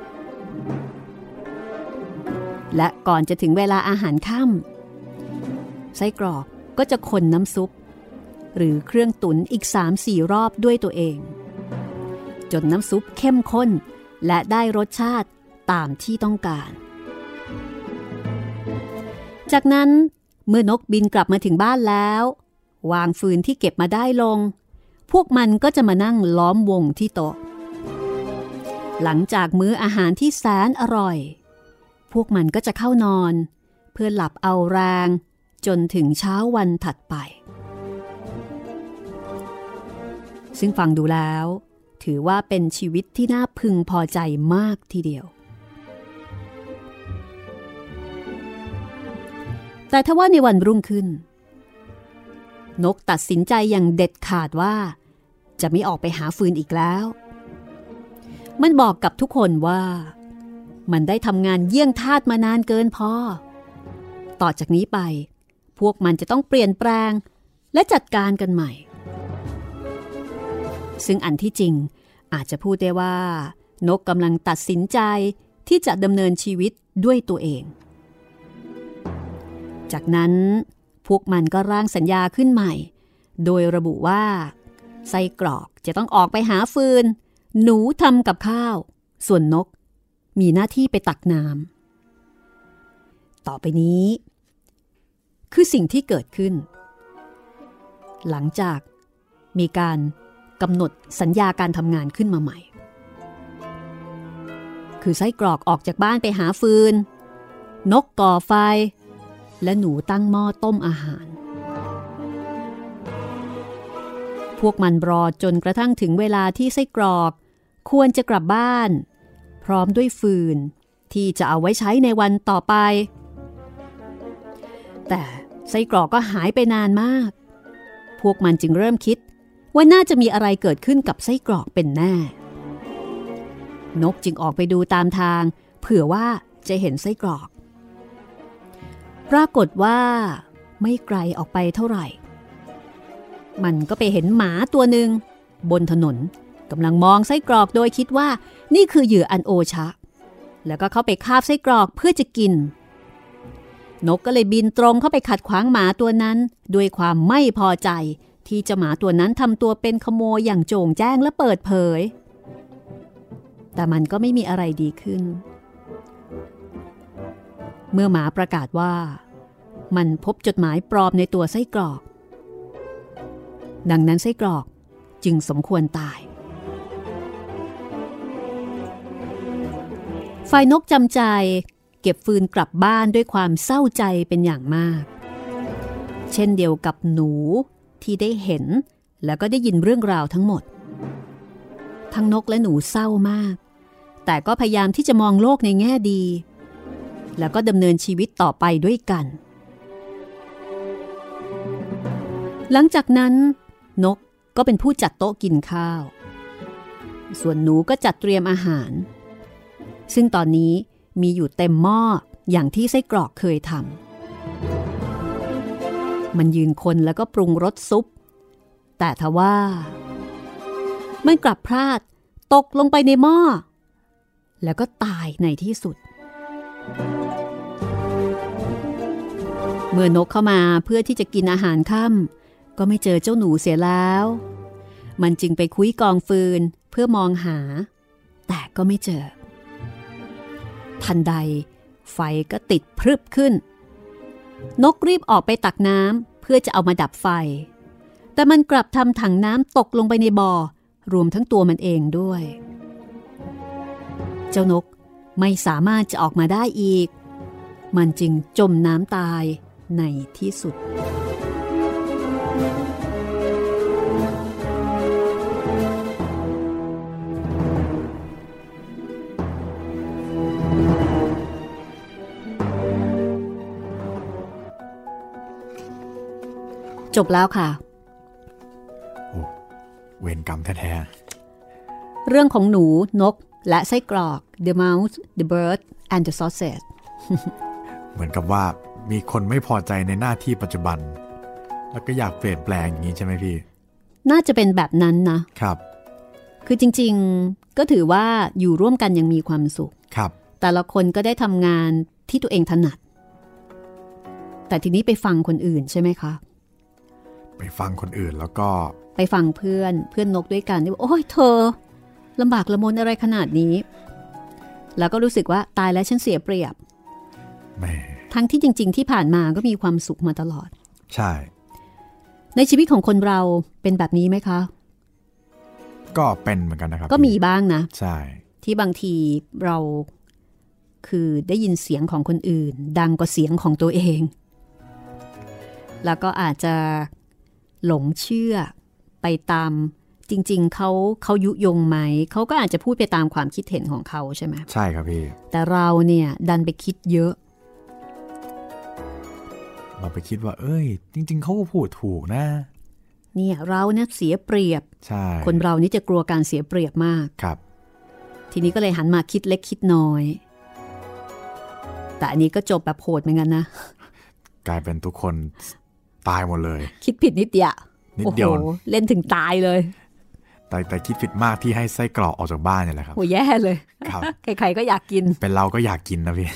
และก่อนจะถึงเวลาอาหารค่ำไส้กรอกก็จะคนน้ำซุปหรือเครื่องตุ๋นอีก สามสี่ รอบด้วยตัวเองจนน้ำซุปเข้มข้นและได้รสชาติตามที่ต้องการจากนั้นเมื่อนกบินกลับมาถึงบ้านแล้ววางฟืนที่เก็บมาได้ลงพวกมันก็จะมานั่งล้อมวงที่โต๊ะหลังจากมื้ออาหารที่แสนอร่อยพวกมันก็จะเข้านอนเพื่อหลับเอาแรงจนถึงเช้าวันถัดไปซึ่งฟังดูแล้วถือว่าเป็นชีวิตที่น่าพึงพอใจมากทีเดียวแต่ทว่าในวันรุ่งขึ้นนกตัดสินใจอย่างเด็ดขาดว่าจะไม่ออกไปหาฟืนอีกแล้วมันบอกกับทุกคนว่ามันได้ทำงานเยี่ยงทาสมานานเกินพอต่อจากนี้ไปพวกมันจะต้องเปลี่ยนแปลงและจัดการกันใหม่ซึ่งอันที่จริงอาจจะพูดได้ว่านกกำลังตัดสินใจที่จะดำเนินชีวิตด้วยตัวเองจากนั้นพวกมันก็ร่างสัญญาขึ้นใหม่โดยระบุว่าไส้กรอกจะต้องออกไปหาฟืนหนูทำกับข้าวส่วนนกมีหน้าที่ไปตักน้ำต่อไปนี้คือสิ่งที่เกิดขึ้นหลังจากมีการกำหนดสัญญาการทำงานขึ้นมาใหม่คือไส้กรอกออกจากบ้านไปหาฟืนนกก่อไฟและหนูตั้งหม้อต้มอาหารพวกมันรอจนกระทั่งถึงเวลาที่ไส้กรอกควรจะกลับบ้านพร้อมด้วยฟืนที่จะเอาไว้ใช้ในวันต่อไปแต่ไส้กรอกก็หายไปนานมากพวกมันจึงเริ่มคิดว่าน่าจะมีอะไรเกิดขึ้นกับไส้กรอกเป็นแน่นกจึงออกไปดูตามทางเผื่อว่าจะเห็นไส้กรอกปรากฏว่าไม่ไกลออกไปเท่าไหร่มันก็ไปเห็นหมาตัวหนึ่งบนถนนกำลังมองไส้กรอกโดยคิดว่านี่คือเหยื่ออันโอชะแล้วก็เข้าไปคาบไส้กรอกเพื่อจะกินนกก็เลยบินตรงเข้าไปขัดขวางหมาตัวนั้นด้วยความไม่พอใจที่เจ้าหมาตัวนั้นทำตัวเป็นขโมยอย่างโจ่งแจ้งและเปิดเผยแต่มันก็ไม่มีอะไรดีขึ้นเมื่อหมาประกาศว่ามันพบจดหมายปลอมในตัวไส้กรอกดังนั้นไส้กรอกจึงสมควรตายฝ่ายนกจำใจเก็บฟืนกลับบ้านด้วยความเศร้าใจเป็นอย่างมากเช่นเดียวกับหนูที่ได้เห็นแล้วก็ได้ยินเรื่องราวทั้งหมดทั้งนกและหนูเศร้ามากแต่ก็พยายามที่จะมองโลกในแง่ดีแล้วก็ดำเนินชีวิตต่อไปด้วยกันหลังจากนั้นนกก็เป็นผู้จัดโต๊ะกินข้าวส่วนหนูก็จัดเตรียมอาหารซึ่งตอนนี้มีอยู่เต็มหม้ออย่างที่ไส้กรอกเคยทำมันยืนคนแล้วก็ปรุงรสซุปแต่ทว่ามันกลับพลาดตกลงไปในหม้อแล้วก็ตายในที่สุดเมื่อนกเข้ามาเพื่อที่จะกินอาหารค่ำก็ไม่เจอเจ้าหนูเสียแล้วมันจึงไปคุ้ยกองฟืนเพื่อมองหาแต่ก็ไม่เจอทันใดไฟก็ติดพรึบขึ้นนกรีบออกไปตักน้ำเพื่อจะเอามาดับไฟแต่มันกลับทำถังน้ำตกลงไปในบ่อรวมทั้งตัวมันเองด้วยเจ้านกไม่สามารถจะออกมาได้อีกมันจึงจมน้ำตายในที่สุดจบแล้วค่ะโอ้เวรกรรมแท้ๆเรื่องของหนูนกและไส้กรอก The Mouse the Bird and the Sausage เหมือนกับว่ามีคนไม่พอใจในหน้าที่ปัจจุบันแล้วก็อยากเปลี่ยนแปลงอย่างนี้ใช่ไหมพี่น่าจะเป็นแบบนั้นนะครับคือจริงๆก็ถือว่าอยู่ร่วมกันยังมีความสุขครับแต่ละคนก็ได้ทำงานที่ตัวเองถนัดแต่ทีนี้ไปฟังคนอื่นใช่ไหมคะไปฟังคนอื่นแล้วก็ไปฟังเพื่อนเพื่อนนกด้วยกันที่ว่าโอ้ยเธอลำบากละมนอะไรขนาดนี้แล้วก็รู้สึกว่าตายแล้วฉันเสียเปรียบทั้งที่จริงๆที่ผ่านมาก็มีความสุขมาตลอดใช่ในชีวิตของคนเราเป็นแบบนี้ไหมคะก็เป็นเหมือนกันนะครับก็มีบ้างนะใช่ที่บางทีเราคือได้ยินเสียงของคนอื่นดังกว่าเสียงของตัวเองแล้วก็อาจจะหลงเชื่อไปตามจริงๆเขาเขายุยงไหมเขาก็อาจจะพูดไปตามความคิดเห็นของเขาใช่ไหมใช่ครับพี่แต่เราเนี่ยดันไปคิดเยอะเราไปคิดว่าเอ้ยจริงๆเขาก็พูดถูกนะเนี่ยเราเนี่ยเสียเปรียบใช่คนเรานี่จะกลัวการเสียเปรียบมากครับทีนี้ก็เลยหันมาคิดเล็กคิดน้อยแต่อันนี้ก็จบแบบโหดเหมือนกันนะกลายเป็นทุกคนตายหมดเลยคิดผิดนิดเดียวนิดเดียวเล่นถึงตายเลยแต่แต่คิดผิดมากที่ให้ไส้กรอกออกจากบ้านเนี่ยแหละครับโหแย่เลยครับใครๆก็อยากกินเป็นเราก็อยากกินนะพี่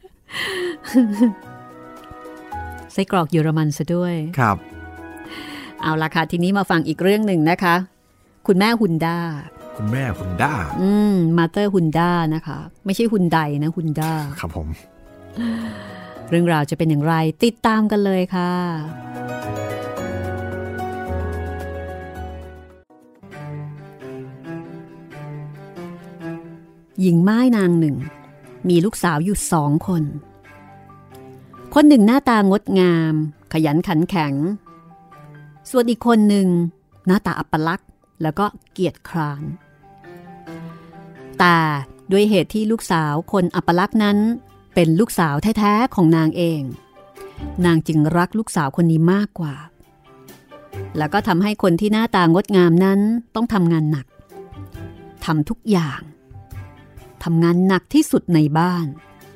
ไส้กรอกเยอรมันซะด้วยครับเอาล่ะค่ะทีนี้มาฟังอีกเรื่องหนึ่งนะคะคุณแม่ฮุนด้าคุณแม่ฮุนด้าอืมมาเตอร์ฮุนด้านะคะไม่ใช่ฮุนไดนะฮุนด้าครับผมเรื่องราวจะเป็นอย่างไรติดตามกันเลยค่ะหญิงไม้นางหนึ่งมีลูกสาวอยู่สองคนคนหนึ่งหน้าตางดงามขยันขันแข็งส่วนอีกคนหนึ่งหน้าตาอัปลักษณ์แล้วก็เกียจคร้านแต่ด้วยเหตุที่ลูกสาวคนอัปลักษณ์นั้นเป็นลูกสาวแท้ๆของนางเองนางจึงรักลูกสาวคนนี้มากกว่าแล้วก็ทำให้คนที่หน้าตางดงามนั้นต้องทำงานหนักทำทุกอย่างทำงานหนักที่สุดในบ้าน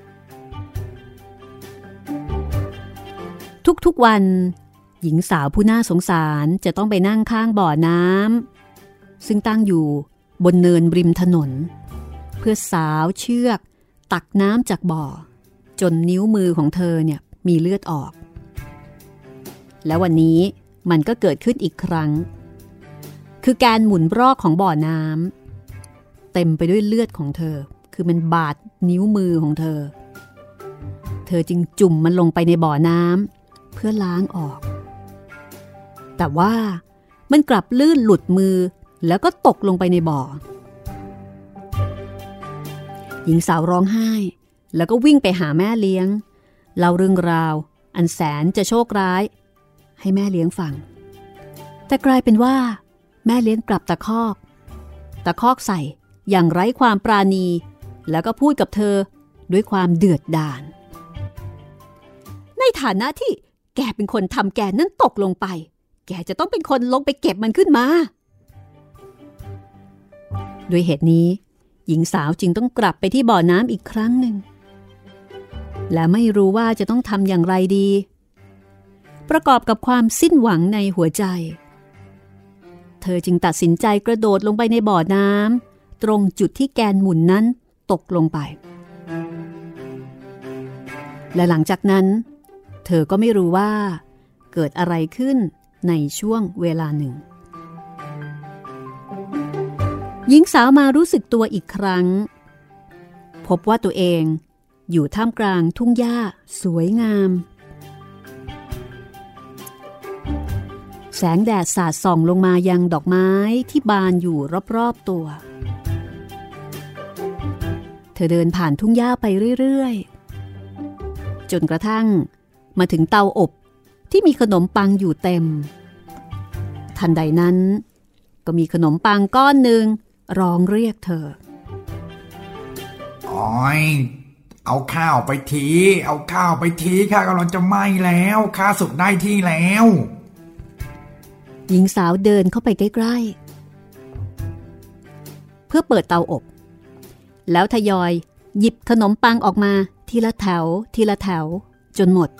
ทุกๆวันหญิงสาวผู้น่าสงสารจะต้องไปนั่งข้างบ่อน้ำซึ่งตั้งอยู่บนเนินริมถนนเพื่อสาวเชือกตักน้ำจากบ่อจนนิ้วมือของเธอเนี่ยมีเลือดออกและวันนี้มันก็เกิดขึ้นอีกครั้งคือการหมุนรอกของบ่อน้ำเต็มไปด้วยเลือดของเธอคือมันบาดนิ้วมือของเธอเธอจึงจุ่มมันลงไปในบ่อน้ำเพื่อล้างออกแต่ว่ามันกลับลื่นหลุดมือแล้วก็ตกลงไปในบ่อหญิงสาวร้องไห้แล้วก็วิ่งไปหาแม่เลี้ยงเล่าเรื่องราวอันแสนจะโชคร้ายให้แม่เลี้ยงฟังแต่กลายเป็นว่าแม่เลี้ยงกลับตะคอกตะคอกใส่อย่างไร้ความปราณีแล้วก็พูดกับเธอด้วยความเดือดดาลในฐานะที่แกเป็นคนทำแกนั้นตกลงไปแกจะต้องเป็นคนลงไปเก็บมันขึ้นมาด้วยเหตุนี้หญิงสาวจึงต้องกลับไปที่บ่อน้ำอีกครั้งหนึ่งและไม่รู้ว่าจะต้องทำอย่างไรดีประกอบกับความสิ้นหวังในหัวใจเธอจึงตัดสินใจกระโดดลงไปในบ่อน้ำตรงจุดที่แกนหมุนนั้นตกลงไปและหลังจากนั้นเธอก็ไม่รู้ว่าเกิดอะไรขึ้นในช่วงเวลาหนึ่งหญิงสาวมารู้สึกตัวอีกครั้งพบว่าตัวเองอยู่ท่ามกลางทุ่งหญ้าสวยงามแสงแดดสาดส่องลงมายังดอกไม้ที่บานอยู่รอบๆตัวเธอเดินผ่านทุ่งหญ้าไปเรื่อยๆจนกระทั่งมาถึงเตาอบที่มีขนมปังอยู่เต็มทันใดนั้นก็มีขนมปังก้อนหนึ่งร้องเรียกเธอโอ้ยเอาข้าวไปทีเอาข้าวไปทีข้ากำลังจะไหม้แล้วข้าสุกได้ที่แล้วหญิงสาวเดินเข้าไปใกล้ๆเพื่อเปิดเตาอบแล้วทยอยหยิบขนมปังออกมาทีละแถวทีละแถวจนหมด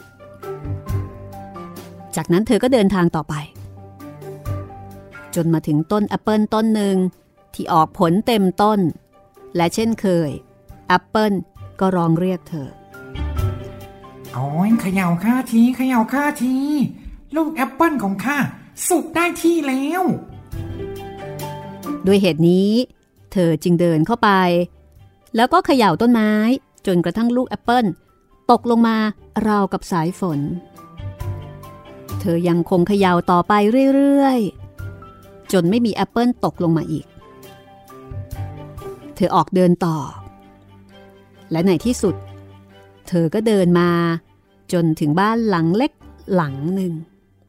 จากนั้นเธอก็เดินทางต่อไปจนมาถึงต้นแอปเปิลต้นหนึ่งที่ออกผลเต็มต้นและเช่นเคยแอปเปิลก็ร้องเรียกเธอโอ้ยเขย่าข้าทีเขย่าข้าทีลูกแอปเปิลของข้าสุกได้ที่แล้วด้วยเหตุนี้เธอจึงเดินเข้าไปแล้วก็เขย่าต้นไม้จนกระทั่งลูกแอปเปิลตกลงมาราวกับสายฝนเธอยังคงเขย่าต่อไปเรื่อยๆจนไม่มีแอปเปิลตกลงมาอีกเธอออกเดินต่อและในที่สุดเธอก็เดินมาจนถึงบ้านหลังเล็กหลังหนึ่ง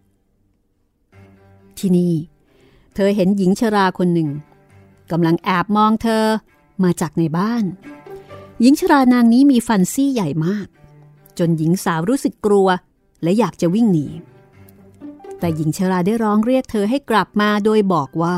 ที่นี่เธอเห็นหญิงชราคนหนึ่งกำลังแอบมองเธอมาจากในบ้านหญิงชรานางนี้มีฟันซี่ใหญ่มากจนหญิงสาวรู้สึกกลัวและอยากจะวิ่งหนีแต่หญิงชราได้ร้องเรียกเธอให้กลับมาโดยบอกว่า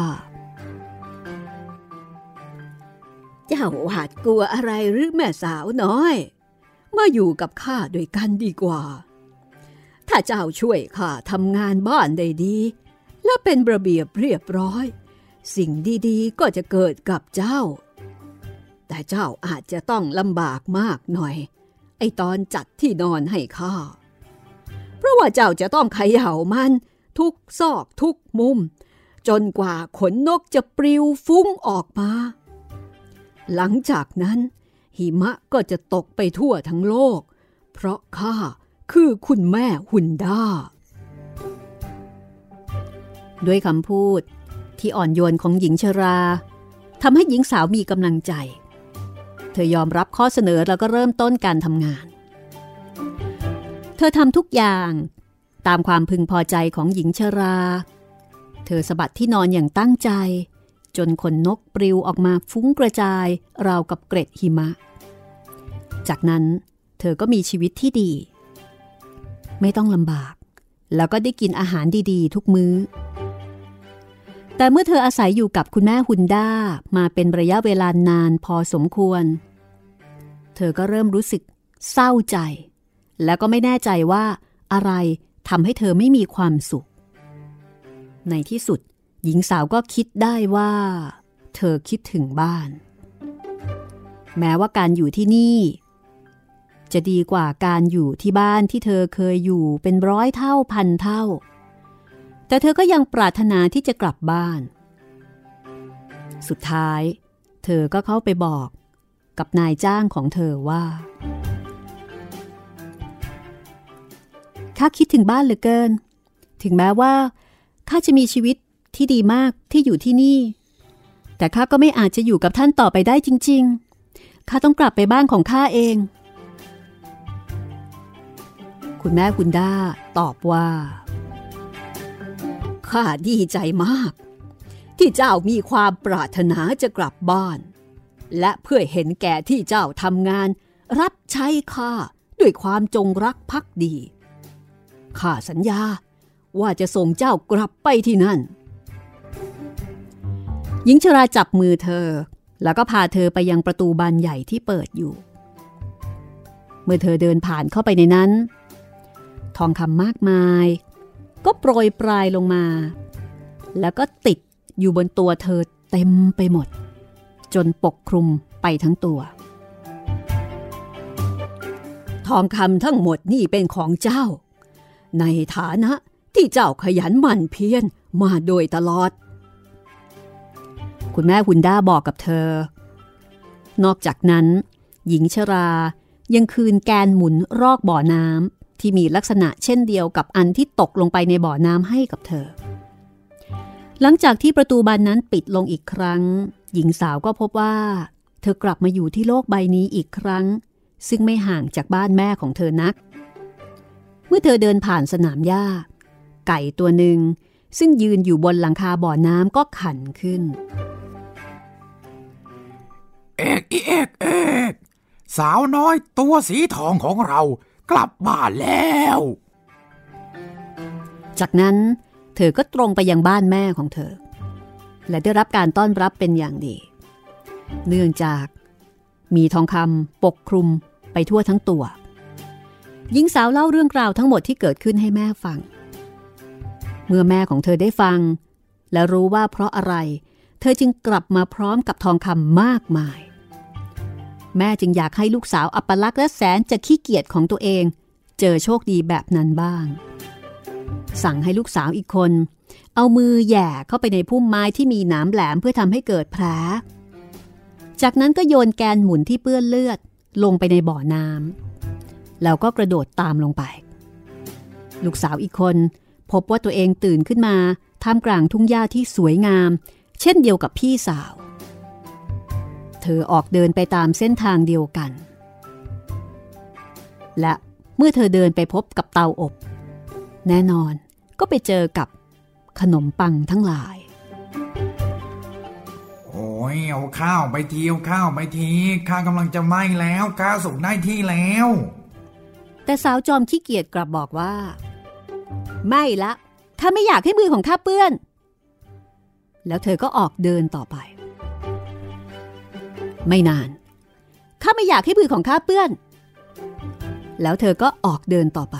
เจ้าหวาดกลัวอะไรหรือแม่สาวน้อยมาอยู่กับข้าด้วยกันดีกว่าถ้าเจ้าช่วยข้าทำงานบ้านได้ดีและเป็นระเบียบเรียบร้อยสิ่งดีๆก็จะเกิดกับเจ้าแต่เจ้าอาจจะต้องลำบากมากหน่อยไอ้ตอนจัดที่นอนให้ข้าเพราะว่าเจ้าจะต้องเขย่ามันทุกซอกทุกมุมจนกว่าขนนกจะปลิวฟุ้งออกมาหลังจากนั้นหิมะก็จะตกไปทั่วทั้งโลกเพราะข้าคือคุณแม่ฮุนด้าด้วยคำพูดที่อ่อนโยนของหญิงชราทำให้หญิงสาวมีกำลังใจเธอยอมรับข้อเสนอแล้วก็เริ่มต้นการทำงานเธอทำทุกอย่างตามความพึงพอใจของหญิงชราเธอสะบัดที่นอนอย่างตั้งใจจนขนนกปลิวออกมาฟุ้งกระจายราวกับเกล็ดหิมะจากนั้นเธอก็มีชีวิตที่ดีไม่ต้องลำบากแล้วก็ได้กินอาหารดีๆทุกมื้อแต่เมื่อเธออาศัยอยู่กับคุณแม่ฮุนด้ามาเป็นระยะเวลานานพอสมควรเธอก็เริ่มรู้สึกเศร้าใจแล้วก็ไม่แน่ใจว่าอะไรทำให้เธอไม่มีความสุขในที่สุดหญิงสาวก็คิดได้ว่าเธอคิดถึงบ้านแม้ว่าการอยู่ที่นี่จะดีกว่าการอยู่ที่บ้านที่เธอเคยอยู่เป็นร้อยเท่าพันเท่าแต่เธอก็ยังปรารถนาที่จะกลับบ้านสุดท้ายเธอก็เข้าไปบอกกับนายจ้างของเธอว่าข้าคิดถึงบ้านเหลือเกินถึงแม้ว่าข้าจะมีชีวิตที่ดีมากที่อยู่ที่นี่แต่ข้าก็ไม่อาจจะอยู่กับท่านต่อไปได้จริงๆข้าต้องกลับไปบ้านของข้าเองคุณแม่ฮุนด้าตอบว่าข้าดีใจมากที่เจ้ามีความปรารถนาจะกลับบ้านและเพื่อเห็นแก่ที่เจ้าทำงานรับใช้ข้าด้วยความจงรักภักดีข้าสัญญาว่าจะส่งเจ้ากลับไปที่นั่นหญิงชราจับมือเธอแล้วก็พาเธอไปยังประตูบานใหญ่ที่เปิดอยู่เมื่อเธอเดินผ่านเข้าไปในนั้นทองคำมากมายก็โปรยปลายลงมาแล้วก็ติดอยู่บนตัวเธอเต็มไปหมดจนปกคลุมไปทั้งตัวทองคำทั้งหมดนี่เป็นของเจ้าในฐานะที่เจ้าขยันหมั่นเพียรมาโดยตลอดคุณแม่ฮุนด้าบอกกับเธอนอกจากนั้นหญิงชรายังคืนแกนหมุนรอกบ่อน้ำที่มีลักษณะเช่นเดียวกับอันที่ตกลงไปในบ่อน้ำให้กับเธอหลังจากที่ประตูบานนั้นปิดลงอีกครั้งหญิงสาวก็พบว่าเธอกลับมาอยู่ที่โลกใบนี้อีกครั้งซึ่งไม่ห่างจากบ้านแม่ของเธอนักเมื่อเธอเดินผ่านสนามหญ้าไก่ตัวหนึ่งซึ่งยืนอยู่บนหลังคาบ่อน้ำก็ขันขึ้นเอกอีเอกเอกสาวน้อยตัวสีทองของเรากลับบ้านแล้วจากนั้นเธอก็ตรงไปยังบ้านแม่ของเธอและได้รับการต้อนรับเป็นอย่างดีเนื่องจากมีทองคำปกคลุมไปทั่วทั้งตัวหญิงสาวเล่าเรื่องราวทั้งหมดที่เกิดขึ้นให้แม่ฟังเมื่อแม่ของเธอได้ฟังและรู้ว่าเพราะอะไรเธอจึงกลับมาพร้อมกับทองคำมากมายแม่จึงอยากให้ลูกสาวอัปลักษณ์และแสนจะขี้เกียจของตัวเองเจอโชคดีแบบนั้นบ้างสั่งให้ลูกสาวอีกคนเอามือแหย่เข้าไปในพุ่มไม้ที่มีหนามแหลมเพื่อทำให้เกิดแผลจากนั้นก็โยนแกนหมุนที่เปื้อนเลือดลงไปในบ่อน้ำแล้วก็กระโดดตามลงไปลูกสาวอีกคนพบว่าตัวเองตื่นขึ้นมาท่ามกลางทุ่งหญ้าที่สวยงามเช่นเดียวกับพี่สาวเธอออกเดินไปตามเส้นทางเดียวกันและเมื่อเธอเดินไปพบกับเตาอบแน่นอนก็ไปเจอกับขนมปังทั้งหลายโอ้ยเอาข้าวไปทีเอาข้าวไปทีข้ากำลังจะไหม้แล้วข้าสุกได้ที่แล้วแต่สาวจอมขี้เกียจกลับบอกว่าไม่ละข้าไม่อยากให้มือของข้าเปื้อนแล้วเธอก็ออกเดินต่อไปไม่นานข้าไม่อยากให้มือของข้าเปื้อนแล้วเธอก็ออกเดินต่อไป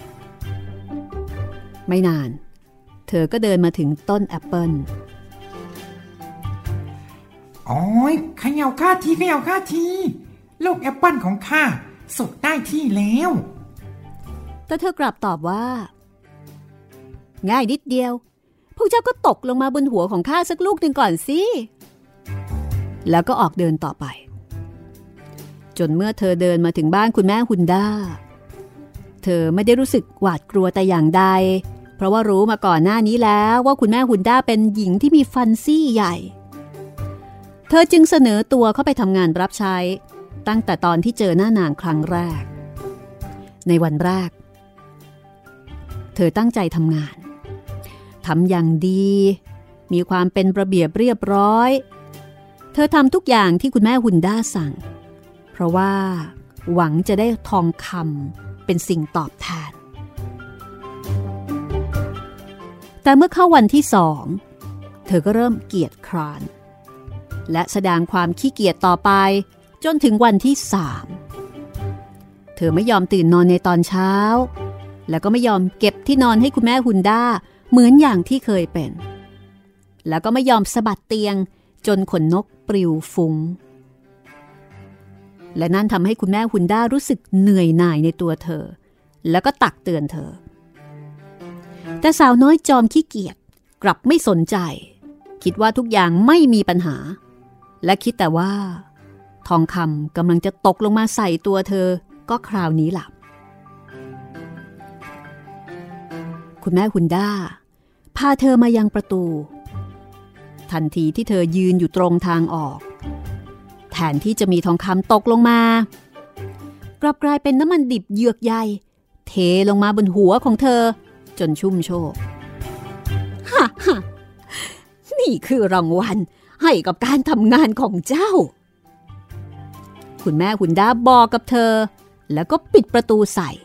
ไม่นานเธอก็เดินมาถึงต้นแอปเปิ้ลโอ้ยเขย่าข้าทีเขย่าข้าทีลูกแอปเปิ้ลของข้าสุกได้ที่แล้วแต่เธอกลับตอบว่าง่ายนิดเดียวพวกเจ้าก็ตกลงมาบนหัวของข้าสักลูกหนึ่งก่อนสิแล้วก็ออกเดินต่อไปจนเมื่อเธอเดินมาถึงบ้านคุณแม่ฮุนด้าเธอไม่ได้รู้สึกหวาดกลัวแต่อย่างใดเพราะว่ารู้มาก่อนหน้านี้แล้วว่าคุณแม่ฮุนด้าเป็นหญิงที่มีฟันซี่ใหญ่เธอจึงเสนอตัวเข้าไปทำงานรับใช้ตั้งแต่ตอนที่เจอหน้านางครั้งแรกในวันแรกเธอตั้งใจทำงานทำอย่างดีมีความเป็นระเบียบเรียบร้อยเธอทำทุกอย่างที่คุณแม่ฮุนด้าสั่งเพราะว่าหวังจะได้ทองคำเป็นสิ่งตอบแทนแต่เมื่อเข้าวันที่สองเธอก็เริ่มเกียจคร้านและแสดงความขี้เกียจต่อไปจนถึงวันที่สามเธอไม่ยอมตื่นนอนในตอนเช้าแล้วก็ไม่ยอมเก็บที่นอนให้คุณแม่ฮุนด้าเหมือนอย่างที่เคยเป็นแล้วก็ไม่ยอมสะบัดเตียงจนขนนกปลิวฟุ้งและนั่นทำให้คุณแม่ฮุนด้ารู้สึกเหนื่อยหน่ายในตัวเธอแล้วก็ตักเตือนเธอแต่สาวน้อยจอมขี้เกียจกลับไม่สนใจคิดว่าทุกอย่างไม่มีปัญหาและคิดแต่ว่าทองคำกำลังจะตกลงมาใส่ตัวเธอก็คราวนี้หลับคุณแม่ฮุนด้าพาเธอมายังประตูทันทีที่เธอยืนอยู่ตรงทางออกแทนที่จะมีทองคำตกลงมากลับกลายเป็นน้ำมันดิบเยือกใยเทลงมาบนหัวของเธอจนชุ่มโชกฮ่าฮ่านี่คือรางวัลให้กับการทำงานของเจ้าคุณแม่ฮุนด้าบอกกับเธอแล้วก็ปิดประตูใส่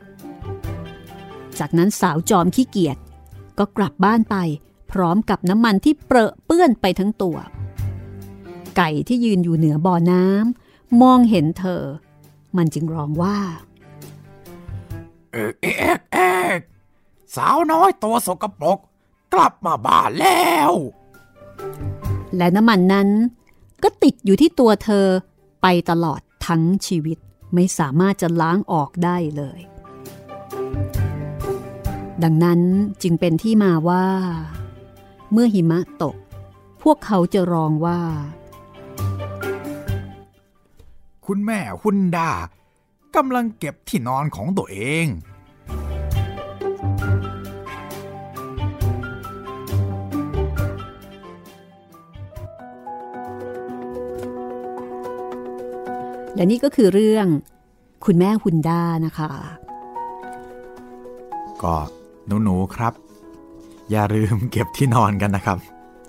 จากนั้นสาวจอมขี้เกียจก็กลับบ้านไปพร้อมกับน้ำมันที่เปรอะเปื้อนไปทั้งตัวไก่ที่ยืนอยู่เหนือบ่อน้ำมองเห็นเธอมันจึงร้องว่าเอ๊กเอ๊กเอ๊กสาวน้อยตัวสกปรกกลับมาบ้านแล้วและน้ำมันนั้นก็ติดอยู่ที่ตัวเธอไปตลอดทั้งชีวิตไม่สามารถจะล้างออกได้เลยดังนั้นจึงเป็นที่มาว่าเมื่อหิมะตกพวกเขาจะร้องว่าคุณแม่ฮุนด้ากำลังเก็บที่นอนของตัวเองและนี่ก็คือเรื่องคุณแม่ฮุนด้านะคะก็หนูๆครับอย่าลืมเก็บที่นอนกันนะครับ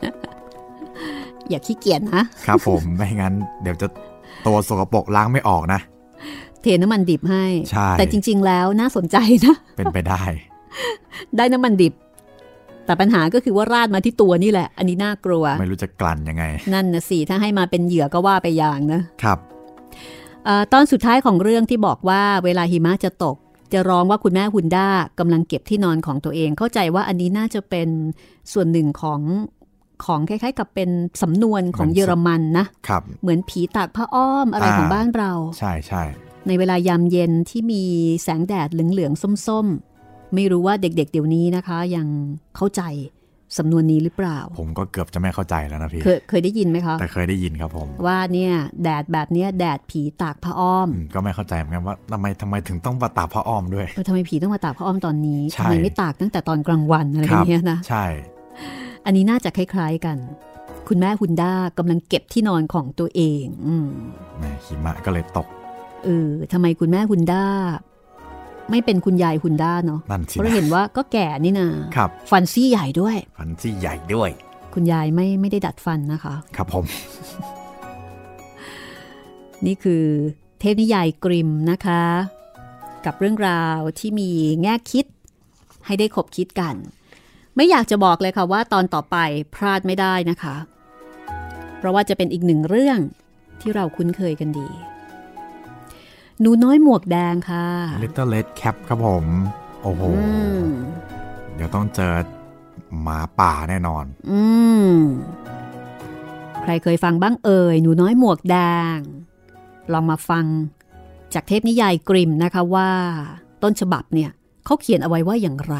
อย่าขี้เกียจนะครับผมไม่งั้นเดี๋ยวจะตัวสกปรกล้างไม่ออกนะเทน้ำมันดิบให้ใช่แต่จริงๆแล้วน่าสนใจนะเป็นไปได้ได้น้ำมันดิบแต่ปัญหาก็คือว่าราดมาที่ตัวนี่แหละอันนี้น่ากลัวไม่รู้จะกลั่นยังไงนั่นนะสิถ้าให้มาเป็นเหยื่อก็ว่าไปอย่างนะครับเอ่อตอนสุดท้ายของเรื่องที่บอกว่าเวลาหิมะจะตกจะร้องว่าคุณแม่ฮุนด้ากำลังเก็บที่นอนของตัวเองเข้าใจว่าอันนี้น่าจะเป็นส่วนหนึ่งของของคล้ายๆกับเป็นสำนวนของเยอรมันนะครับเหมือนผีตากผ้าอ้อมอะไรของบ้านเราใช่ใช่ในเวลายามเย็นที่มีแสงแดดเหลืองๆส้มๆไม่รู้ว่าเด็กๆเดี๋ยวนี้นะคะยังเข้าใจสำนวนนี้หรือเปล่าผมก็เกือบจะไม่เข้าใจแล้วนะพี่เคยเคยได้ยินไหมคะแต่เคยได้ยินครับผมว่าเนี่ยแดดแบบเนี้ยแดดผีตากผ้าอ้อมก็ไม่เข้าใจเหมือนกันว่าทำไมทำไมถึงต้องมาตากผ้าอ้อมด้วยทำไมผีต้องมาตากผ้าอ้อมตอนนี้ทำไมไม่ตากตั้งแต่ตอนกลางวันอะไรอย่างเงี้ยนะใช่อันนี้น่าจะคล้ายๆกันคุณแม่ฮุนด้ากำลังเก็บที่นอนของตัวเองอืมแม่หิมะก็เลยตกเออทำไมคุณแม่ฮุนด้าไม่เป็นคุณยายฮุนด้าเนาะเพราะเห็นว่าก็แก่นี่นาฟันซี่ใหญ่ด้วยฟันซี่ใหญ่ด้วยคุณยายไม่ไม่ได้ดัดฟันนะคะครับผมนี่คือเทพนิยายกริมนะคะกับเรื่องราวที่มีแง่คิดให้ได้ขบคิดกันไม่อยากจะบอกเลยค่ะว่าตอนต่อไปพลาดไม่ได้นะคะเพราะว่าจะเป็นอีกหนึ่งเรื่องที่เราคุ้นเคยกันดีหนูน้อยหมวกแดงค่ะ Little Red Cap ครับผมโอ้โหเดี๋ยวต้องเจอหมาป่าแน่นอนอืมใครเคยฟังบ้างเอ่ยหนูน้อยหมวกแดงลองมาฟังจากเทพนิยายกริมนะคะว่าต้นฉบับเนี่ยเขาเขียนเอาไว้ว่าอย่างไร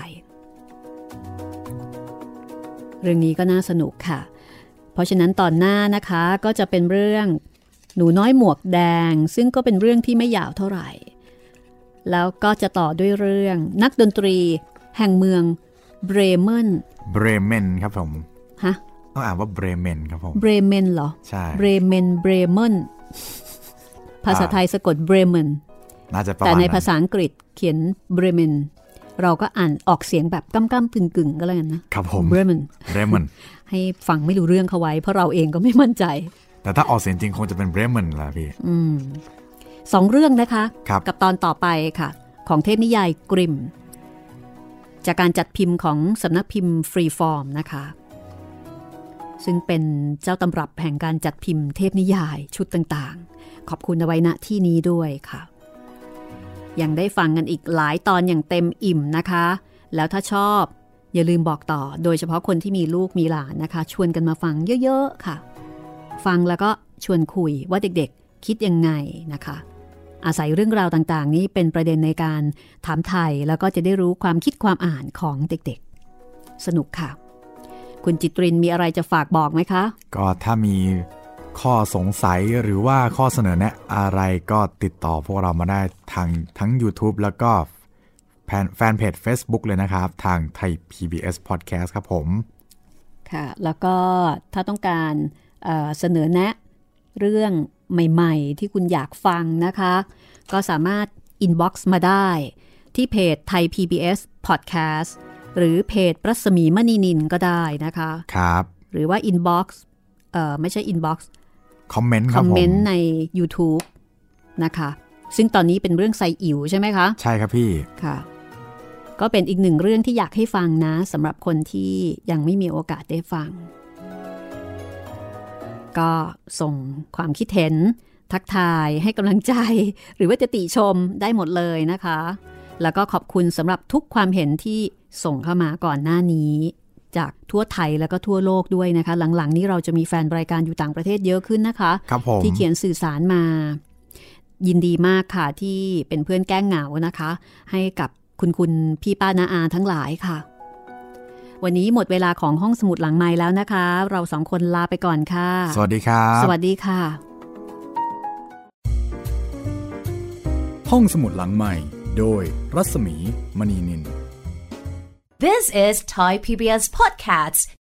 เรื่องนี้ก็น่าสนุกค่ะเพราะฉะนั้นตอนหน้านะคะก็จะเป็นเรื่องหนูน้อยหมวกแดงซึ่งก็เป็นเรื่องที่ไม่ยาวเท่าไหร่แล้วก็จะต่อด้วยเรื่องนักดนตรีแห่งเมืองเบรเมนเบรเมนครับผมฮะต้องอ่านว่าเบรเมนครับผมเบรเมนเหรอใช่เบรเมนเบรเมนภาษาไทยสะกดเบรเมนน่าจะประมาณแต่ในภาษาอังกฤษเขียนเบรเมนเราก็อ่านออกเสียงแบบก้ำๆกึ่งๆก็แล้วกันนะครับผมเบรเมนเบรเมนให้ฟังไม่รู้เรื่องเขาไว้เพราะเราเองก็ไม่มั่นใจแต่ถ้าออกเสียงจริงคงจะเป็นเบรเมนแหละพี่อืมสองเรื่องนะคะกับตอนต่อไปค่ะของเทพนิยายกริมจากการจัดพิมพ์ของสำนักพิมพ์ฟรีฟอร์มนะคะซึ่งเป็นเจ้าตำรับแห่งการจัดพิมพ์เทพนิยายชุดต่างๆขอบคุณเอาไว้ณที่นี้ด้วยค่ะยังได้ฟังกันอีกหลายตอนอย่างเต็มอิ่มนะคะแล้วถ้าชอบอย่าลืมบอกต่อโดยเฉพาะคนที่มีลูกมีหลานนะคะชวนกันมาฟังเยอะๆค่ะฟังแล้วก็ชวนคุยว่าเด็กๆคิดยังไงนะคะอาศัยเรื่องราวต่างๆนี้เป็นประเด็นในการถามไถ่แล้วก็จะได้รู้ความคิดความอ่านของเด็กๆสนุกค่ะคุณจิตรินมีอะไรจะฝากบอกไหมคะก็ถ้ามีข้อสงสัยหรือว่าข้อเสนอแนะอะไรก็ติดต่อพวกเรามาได้ทางทั้ง YouTube แล้วก็แฟนเพจ Facebook เลยนะครับทางไทย พี บี เอส Podcast ครับผมค่ะแล้วก็ถ้าต้องการเอ่อเสนอแนะเรื่องใหม่ๆที่คุณอยากฟังนะคะก็สามารถ inbox มาได้ที่เพจไทย พี บี เอส Podcast หรือเพจรัศมีมณีนินก็ได้นะคะครับหรือว่า inbox เอ่อไม่ใช่ inbox คอมเมนต์ครับผมคอมเมนต์ใน YouTube นะคะซึ่งตอนนี้เป็นเรื่องไซอิ๋วใช่ไหมคะใช่ครับพี่ค่ะก็เป็นอีกหนึ่งเรื่องที่อยากให้ฟังนะสำหรับคนที่ยังไม่มีโอกาสได้ฟังก็ส่งความคิดเห็นทักทายให้กำลังใจหรือว่าจะติชมได้หมดเลยนะคะแล้วก็ขอบคุณสำหรับทุกความเห็นที่ส่งเข้ามาก่อนหน้านี้จากทั่วไทยแล้วก็ทั่วโลกด้วยนะคะหลังๆนี้เราจะมีแฟนรายการอยู่ต่างประเทศเยอะขึ้นนะคะที่เขียนสื่อสารมายินดีมากค่ะที่เป็นเพื่อนแก้งเหงานะคะให้กับคุณคุณพี่ป้าน้าอาทั้งหลายค่ะวันนี้หมดเวลาของห้องสมุดหลังไมค์แล้วนะคะเราสองคนลาไปก่อนค่ะสวัสดีครับสวัสดีค่ะห้องสมุดหลังไมค์โดยรัศมีมณีนิน This is Thai พี บี เอส Podcasts